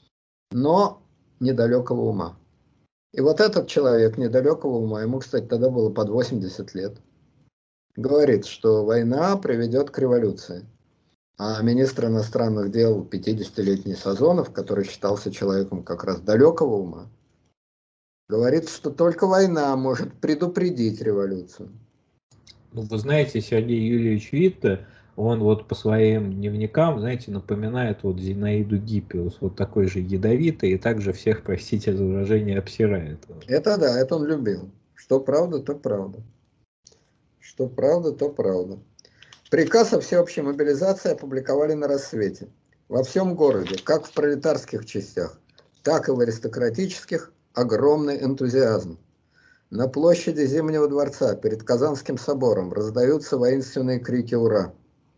но недалекого ума. И вот этот человек недалекого ума, ему, кстати, тогда было под 80 лет, говорит, что война приведет к революции. А министр иностранных дел, 50-летний Сазонов, который считался человеком как раз далекого ума, говорит, что только война может предупредить революцию. Ну, вы знаете, Сергей Юрьевич Витте, он вот по своим дневникам, знаете, напоминает вот Зинаиду Гиппиус, вот такой же ядовитый и также всех, простите за выражение, обсирает. Это да, это он любил. Что правда, то правда. Что правда, то правда. Приказ о всеобщей мобилизации опубликовали на рассвете. Во всем городе, как в пролетарских частях, так и в аристократических, огромный энтузиазм. На площади Зимнего дворца перед Казанским собором раздаются воинственные крики «Ура!».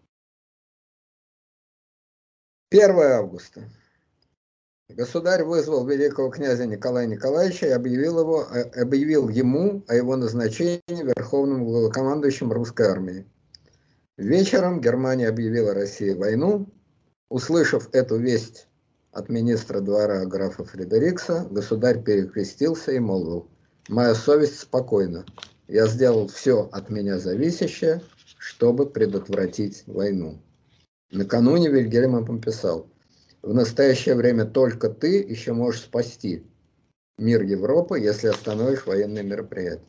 1 августа. Государь вызвал великого князя Николая Николаевича и объявил ему о его назначении верховным главнокомандующим русской армии. Вечером Германия объявила России войну. Услышав эту весть от министра двора графа Фредерикса, государь перекрестился и молвил: «Моя совесть спокойна. Я сделал все от меня зависящее, чтобы предотвратить войну». Накануне Вильгельм написал: «В настоящее время только ты еще можешь спасти мир Европы, если остановишь военные мероприятия».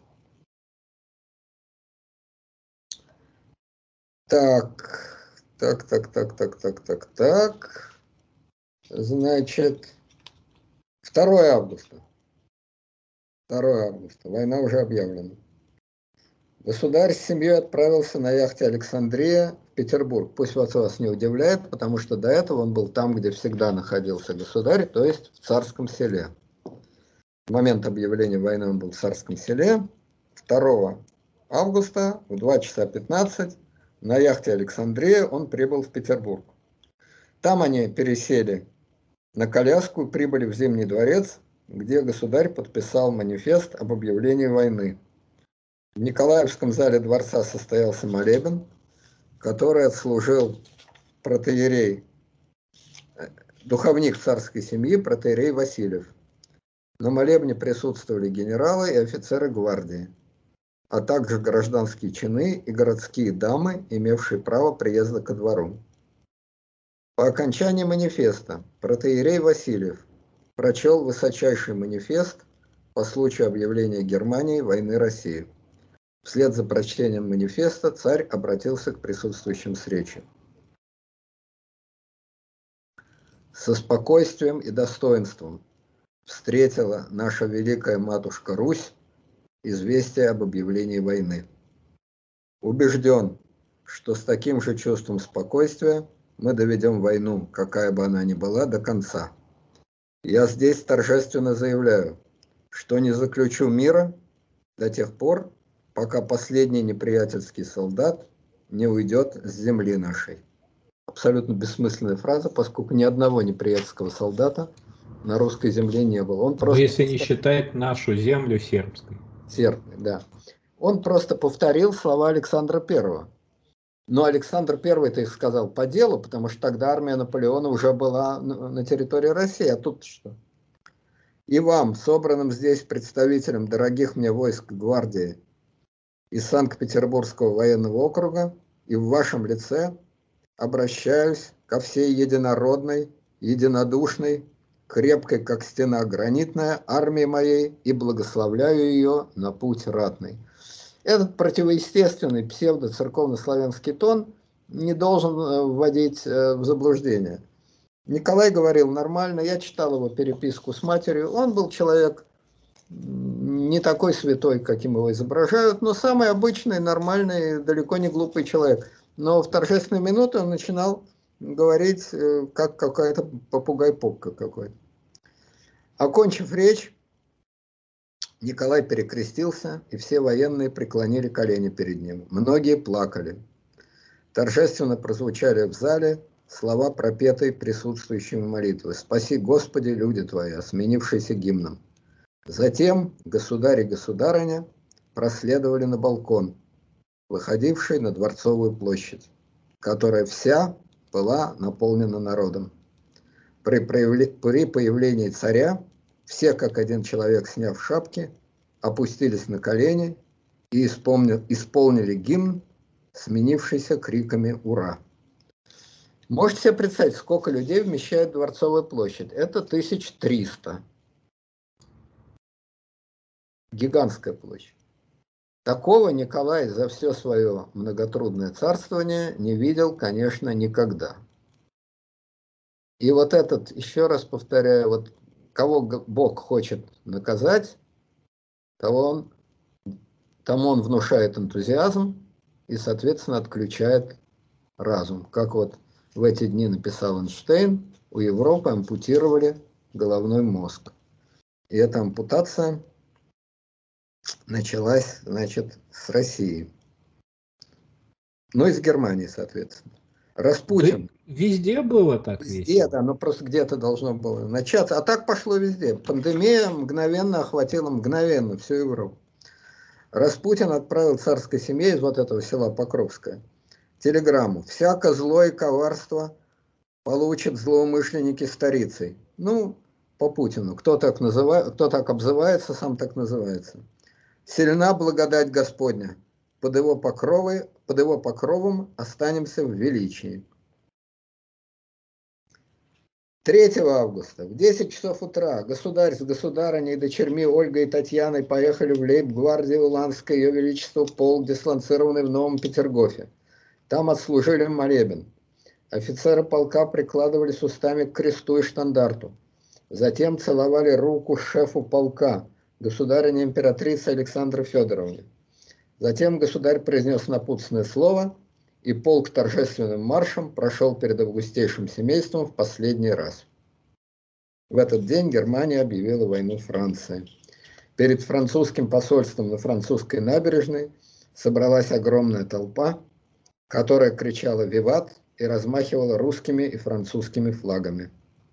Так. Значит, 2 августа. 2 августа. Война уже объявлена. Государь с семьей отправился на яхте «Александрия» в Петербург. Пусть вас не удивляет, потому что до этого он был там, где всегда находился государь, то есть в Царском Селе. В момент объявления войны он был в Царском Селе. 2 августа в 2 часа 15 на яхте «Александрия» он прибыл в Петербург. Там они пересели на коляску и прибыли в Зимний дворец, где государь подписал манифест об объявлении войны. В Николаевском зале дворца состоялся молебен, который отслужил протоиерей, духовник царской семьи, протоиерей Васильев. На молебне присутствовали генералы и офицеры гвардии, а также гражданские чины и городские дамы, имевшие право приезда ко двору. По окончании манифеста протоиерей Васильев прочел высочайший манифест по случаю объявления Германии войны России. Вслед за прочтением манифеста царь обратился к присутствующим с речью. Со спокойствием и достоинством встретила наша великая матушка Русь известие об объявлении войны. Убежден, что с таким же чувством спокойствия мы доведем войну, какая бы она ни была, до конца. Я здесь торжественно заявляю, что не заключу мира до тех пор, пока последний неприятельский солдат не уйдет с земли нашей. Абсолютно бессмысленная фраза, поскольку ни одного неприятельского солдата на русской земле не было. Он просто... Если не считать нашу землю сербской. Сербной, да. Он просто повторил слова Александра Первого. Но Александр Первый-то их сказал по делу, потому что тогда армия Наполеона уже была на территории России, а тут что? И вам, собранным здесь представителям дорогих мне войск гвардии из Санкт-Петербургского военного округа, и в вашем лице обращаюсь ко всей единородной, единодушной, крепкой, как стена гранитная, армии моей и благословляю ее на путь ратный. Этот противоестественный псевдо-церковно-славянский тон не должен вводить в заблуждение. Николай говорил нормально, я читал его переписку с матерью, он был человек не такой святой, каким его изображают, но самый обычный, нормальный, далеко не глупый человек. Но в торжественные минуты он начинал говорить, как какая-то попугай-попка какой-то. Окончив речь, Николай перекрестился, и все военные преклонили колени перед ним. Многие плакали. Торжественно прозвучали в зале слова пропетой присутствующими молитвы: «Спаси, Господи, люди Твои», сменившиеся гимном. Затем государь и государыня проследовали на балкон, выходивший на Дворцовую площадь, которая вся была наполнена народом. При появлении царя все, как один человек, сняв шапки, опустились на колени и исполнили гимн, сменившийся криками «Ура!». Можете себе представить, сколько людей вмещает Дворцовая площадь? Это 1300. Гигантская площадь. Такого Николай за все свое многотрудное царствование не видел, конечно, никогда. И вот этот, еще раз повторяю, вот кого Бог хочет наказать, тому он внушает энтузиазм и, соответственно, отключает разум. Как вот в эти дни написал Эйнштейн, у Европы ампутировали головной мозг. И эта ампутация началась, значит, с России. Ну и с Германии, соответственно. Распутин. Да, везде было так Везде, весело. да, но просто где-то должно было начаться. А так пошло везде. Пандемия мгновенно охватила всю Европу. Распутин отправил царской семье из вот этого села Покровское телеграмму: «Всяко зло и коварство получат злоумышленники старицей». Ну, по Путину. Кто так обзывается, сам так называется. «Сильна благодать Господня. Под его покровом останемся в величии». 3 августа в 10 часов утра государь с государыней, дочерьми Ольгой и Татьяной поехали в лейб-гвардию Уланской, ее величество полк, дислоцированный в Новом Петергофе. Там отслужили молебен. Офицеры полка прикладывались устами к кресту и штандарту. Затем целовали руку шефу полка, государыне-императрице Александре Федоровне. Затем государь произнес напутственное слово, и полк торжественным маршем прошел перед августейшим семейством в последний раз. В этот день Германия объявила войну Франции. Перед французским посольством на французской набережной собралась огромная толпа, которая кричала «Виват» и размахивала русскими и французскими флагами.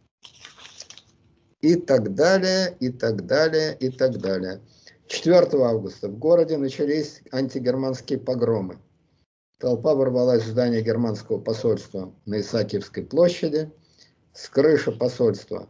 И так далее, и так далее, и так далее. 4 августа в городе начались антигерманские погромы. Толпа ворвалась в здание германского посольства на Исаакиевской площади. С крыши посольства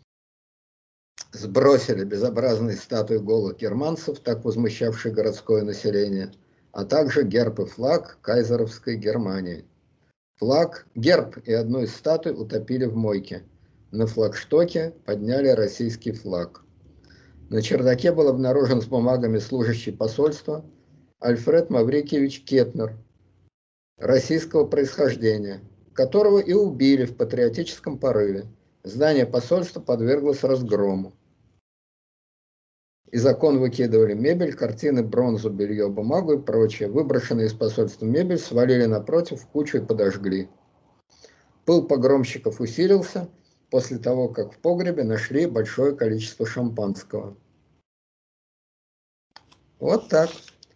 сбросили безобразные статуи голых германцев, так возмущавшие городское население, а также герб и флаг кайзеровской Германии. Герб и одну из статуй утопили в мойке. На флагштоке подняли российский флаг. На чердаке был обнаружен с бумагами служащий посольства Альфред Маврикиевич Кетнер, российского происхождения, которого и убили в патриотическом порыве. Здание посольства подверглось разгрому. Из окон выкидывали мебель, картины, бронзу, белье, бумагу и прочее. Выброшенные из посольства мебель свалили напротив в кучу и подожгли. Пыл погромщиков усилился после того, как в погребе нашли большое количество шампанского. Вот так.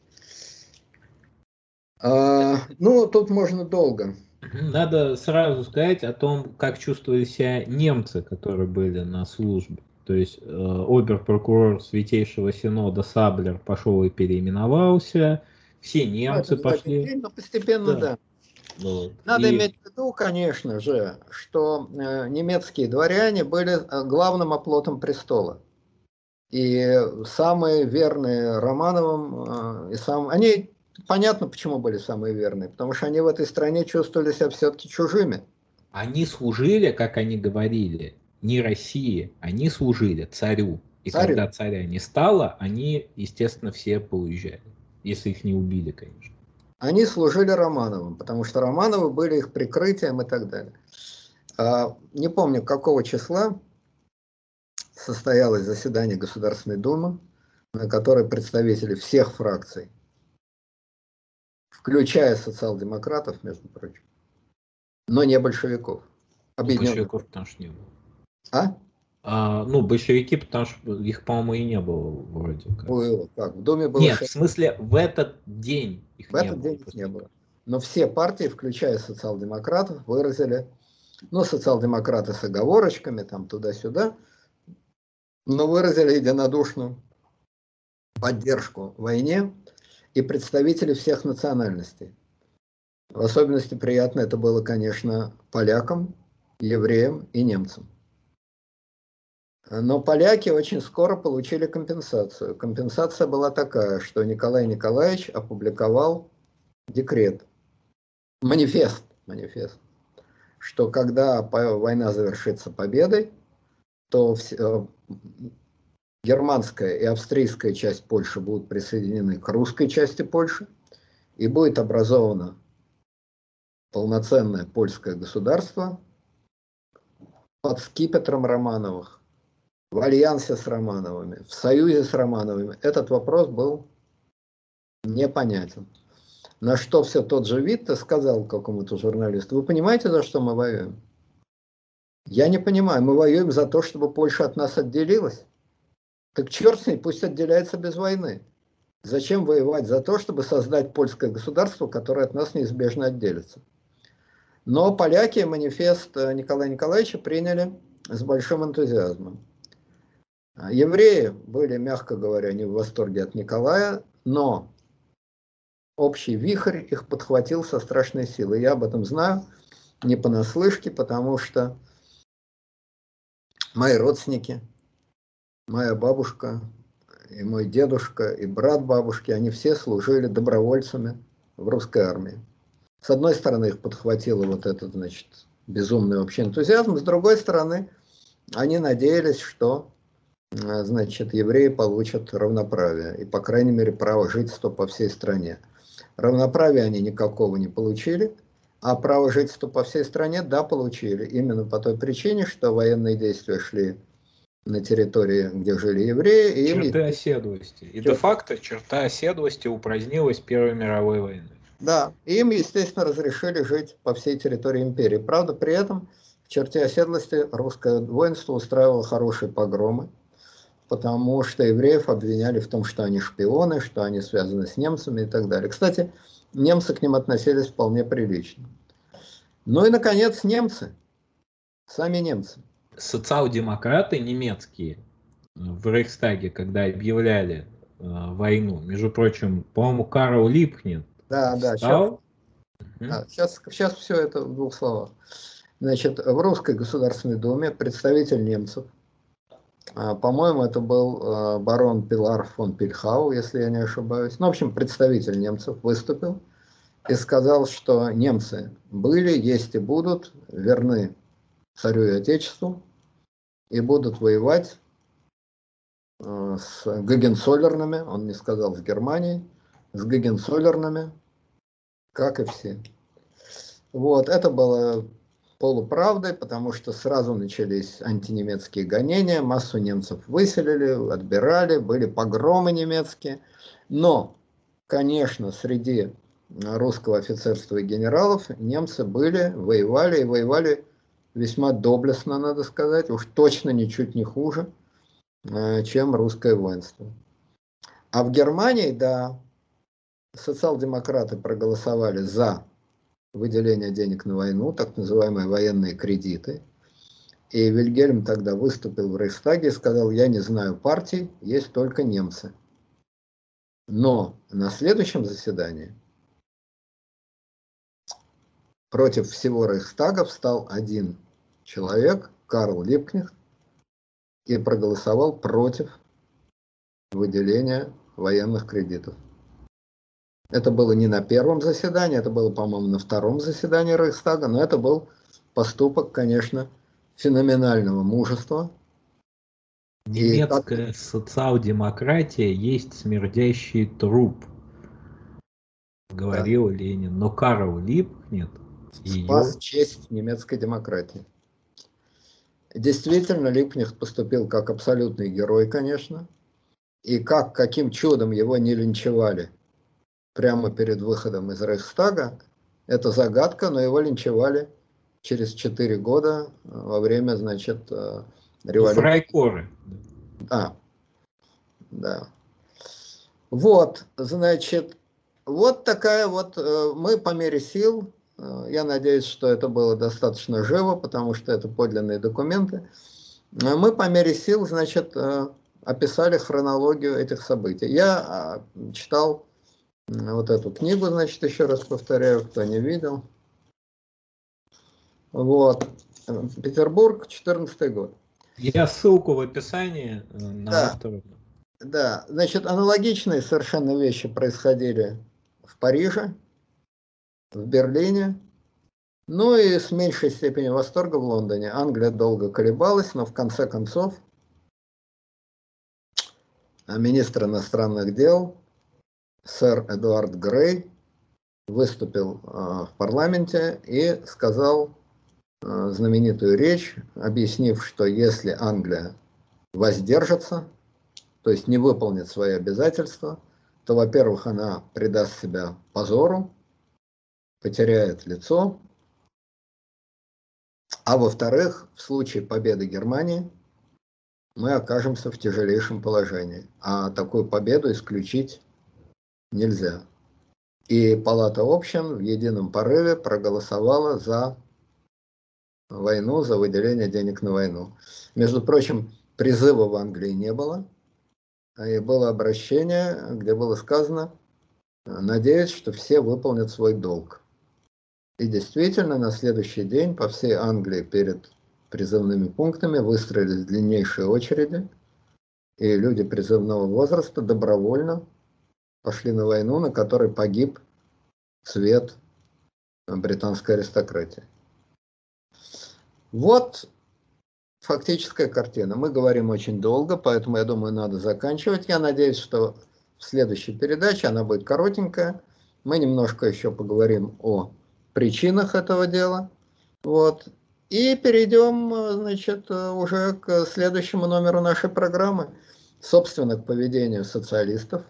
Ну, тут можно долго. Надо сразу сказать о том, как чувствовали себя немцы, которые были на службе. То есть обер-прокурор Святейшего Синода Саблер пошел и переименовался, все немцы пошли. День, но постепенно, да. Вот. Надо иметь в виду, конечно же, что немецкие дворяне были главным оплотом престола. И самые верные Романовым, они, понятно, почему были самые верные, потому что они в этой стране чувствовали себя все-таки чужими. Они служили, как они говорили, не России, они служили царю. И Царю. когда царя не стало, они, естественно, все поуезжали. Если их не убили, конечно. Они служили Романовым, потому что Романовы были их прикрытием и так далее. Не помню, какого числа состоялось заседание Государственной Думы, на которой представители всех фракций, включая социал-демократов, между прочим, но не большевиков. Большевиков, потому что не было. Большевики, потому что их, по-моему, и не было вроде как. Было. Как? В Думе было Нет, 6. в смысле, в этот день их в этот день их не было. Но все партии, включая социал-демократов, выразили, социал-демократы с оговорочками, там туда-сюда, но выразили единодушную поддержку войне и представители всех национальностей. В особенности приятно это было, конечно, полякам, евреям и немцам. Но поляки очень скоро получили компенсацию. Компенсация была такая, что Николай Николаевич опубликовал декрет, манифест, что когда война завершится победой, то германская и австрийская часть Польши будут присоединены к русской части Польши, и будет образовано полноценное польское государство под скипетром Романовых, в альянсе с Романовыми, в союзе с Романовыми. Этот вопрос был непонятен. На что все тот же Витте сказал какому-то журналисту: вы понимаете, за что мы воюем? Я не понимаю, мы воюем за то, чтобы Польша от нас отделилась? Так черт с ней, пусть отделяется без войны. Зачем воевать за то, чтобы создать польское государство, которое от нас неизбежно отделится? Но поляки манифест Николая Николаевича приняли с большим энтузиазмом. Евреи были, мягко говоря, не в восторге от Николая, но общий вихрь их подхватил со страшной силой. Я об этом знаю не понаслышке, потому что мои родственники, моя бабушка и мой дедушка, и брат бабушки, они все служили добровольцами в русской армии. С одной стороны, их подхватило вот этот, безумный общий энтузиазм, с другой стороны, они надеялись, что, евреи получат равноправие, и, по крайней мере, право жительства по всей стране. Равноправия они никакого не получили, а право жительства по всей стране, да, получили. Именно по той причине, что военные действия шли на территории, где жили евреи. И Черты оседлости. И де-факто черта оседлости упразднилась Первой мировой войной. Да, и им, естественно, разрешили жить по всей территории империи. Правда, при этом в черте оседлости русское воинство устраивало хорошие погромы, потому что евреев обвиняли в том, что они шпионы, что они связаны с немцами и так далее. Кстати, немцы к ним относились вполне прилично. Ну и, наконец, немцы. Сами немцы. Социал-демократы немецкие в Рейхстаге, когда объявляли войну, между прочим, по-моему, Карл Липкнехт Да, встал. сейчас все это в двух словах. Значит, в Русской Государственной Думе представитель немцев, по-моему, это был барон Пилар фон Пильхау, если я не ошибаюсь. Ну, в общем, представитель немцев выступил и сказал, что немцы были, есть и будут верны царю и отечеству и будут воевать с Гогенцоллернами, он не сказал с Германией, с Гогенцоллернами, как и все. Вот, это было полуправдой, потому что сразу начались антинемецкие гонения, массу немцев выселили, отбирали, были погромы немецкие. Но, конечно, среди русского офицерства и генералов немцы были, воевали и воевали весьма доблестно, надо сказать, уж точно ничуть не хуже, чем русское воинство. А в Германии, да, социал-демократы проголосовали за выделение денег на войну, так называемые военные кредиты. И Вильгельм тогда выступил в Рейхстаге и сказал: я не знаю партий, есть только немцы. Но на следующем заседании против всего Рейхстага встал один человек, Карл Липкнехт, и проголосовал против выделения военных кредитов. Это было не на первом заседании, это было, по-моему, на втором заседании Рейхстага, но это был поступок, конечно, феноменального мужества. Немецкая социал-демократия есть смердящий труп, говорил Ленин. Но Карл Липкнехт спас ее... честь немецкой демократии. Действительно, Липкнехт поступил как абсолютный герой, конечно. И каким чудом его не линчевали прямо перед выходом из Рейхстага, это загадка, но его линчевали через 4 года во время, значит, революции. Фрайкоры. Да, да. Вот, значит, вот такая вот, мы по мере сил, я надеюсь, что это было достаточно живо, потому что это подлинные документы, мы по мере сил, значит, описали хронологию этих событий. Я читал вот эту книгу, значит, еще раз повторяю, кто не видел. Вот, Петербург, 14 год. Я ссылку в описании на автора. Да, значит, аналогичные совершенно вещи происходили в Париже, в Берлине, ну и с меньшей степенью восторга в Лондоне. Англия долго колебалась, но в конце концов министр иностранных дел сэр Эдуард Грей выступил в парламенте и сказал знаменитую речь, объяснив, что если Англия воздержится, то есть не выполнит свои обязательства, то, во-первых, она предаст себя позору, потеряет лицо, а во-вторых, в случае победы Германии мы окажемся в тяжелейшем положении, а такую победу исключить нельзя. И Палата общин в едином порыве проголосовала за войну, за выделение денег на войну. Между прочим, призыва в Англии не было, и было обращение, где было сказано: надеюсь, что все выполнят свой долг. И действительно, на следующий день по всей Англии перед призывными пунктами выстроились длиннейшие очереди, и люди призывного возраста добровольно пошли на войну, на которой погиб цвет британской аристократии. Вот фактическая картина. Мы говорим очень долго, поэтому, я думаю, надо заканчивать. Я надеюсь, что в следующей передаче, она будет коротенькая, мы немножко еще поговорим о причинах этого дела. Вот. И перейдем, значит, уже к следующему номеру нашей программы. Собственно, к поведению социалистов,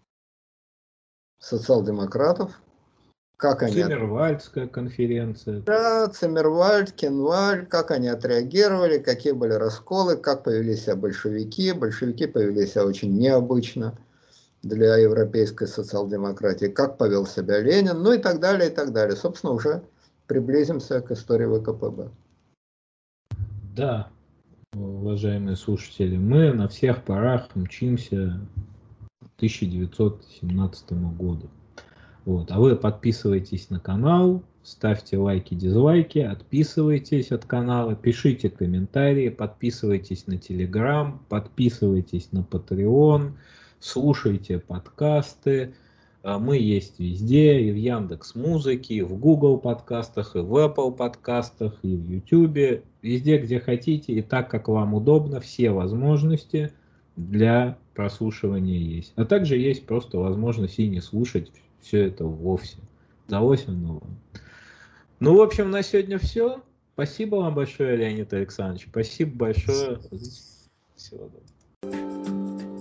социал-демократов. Как они... Циммервальдская конференция. Да, Циммервальд, Кенвальд, как они отреагировали, какие были расколы, как повели себя большевики. Большевики повели себя очень необычно для европейской социал-демократии, как повел себя Ленин, ну и так далее, и так далее. Собственно, уже приблизимся к истории ВКПБ. Да, уважаемые слушатели, мы на всех парах мчимся к 1917 году. Вот. А вы подписывайтесь на канал, ставьте лайки, дизлайки, отписывайтесь от канала, пишите комментарии, подписывайтесь на Telegram, подписывайтесь на Patreon, слушайте подкасты. Мы есть везде, и в Яндекс.Музыке, и в Google подкастах, и в Apple подкастах, и в YouTube. Везде, где хотите, и так, как вам удобно, все возможности для прослушивания есть. А также есть просто возможность и не слушать все это вовсе. Далось оно вам. Ну, в общем, на сегодня все. Спасибо вам большое, Леонид Александрович. Спасибо большое. Всего доброго.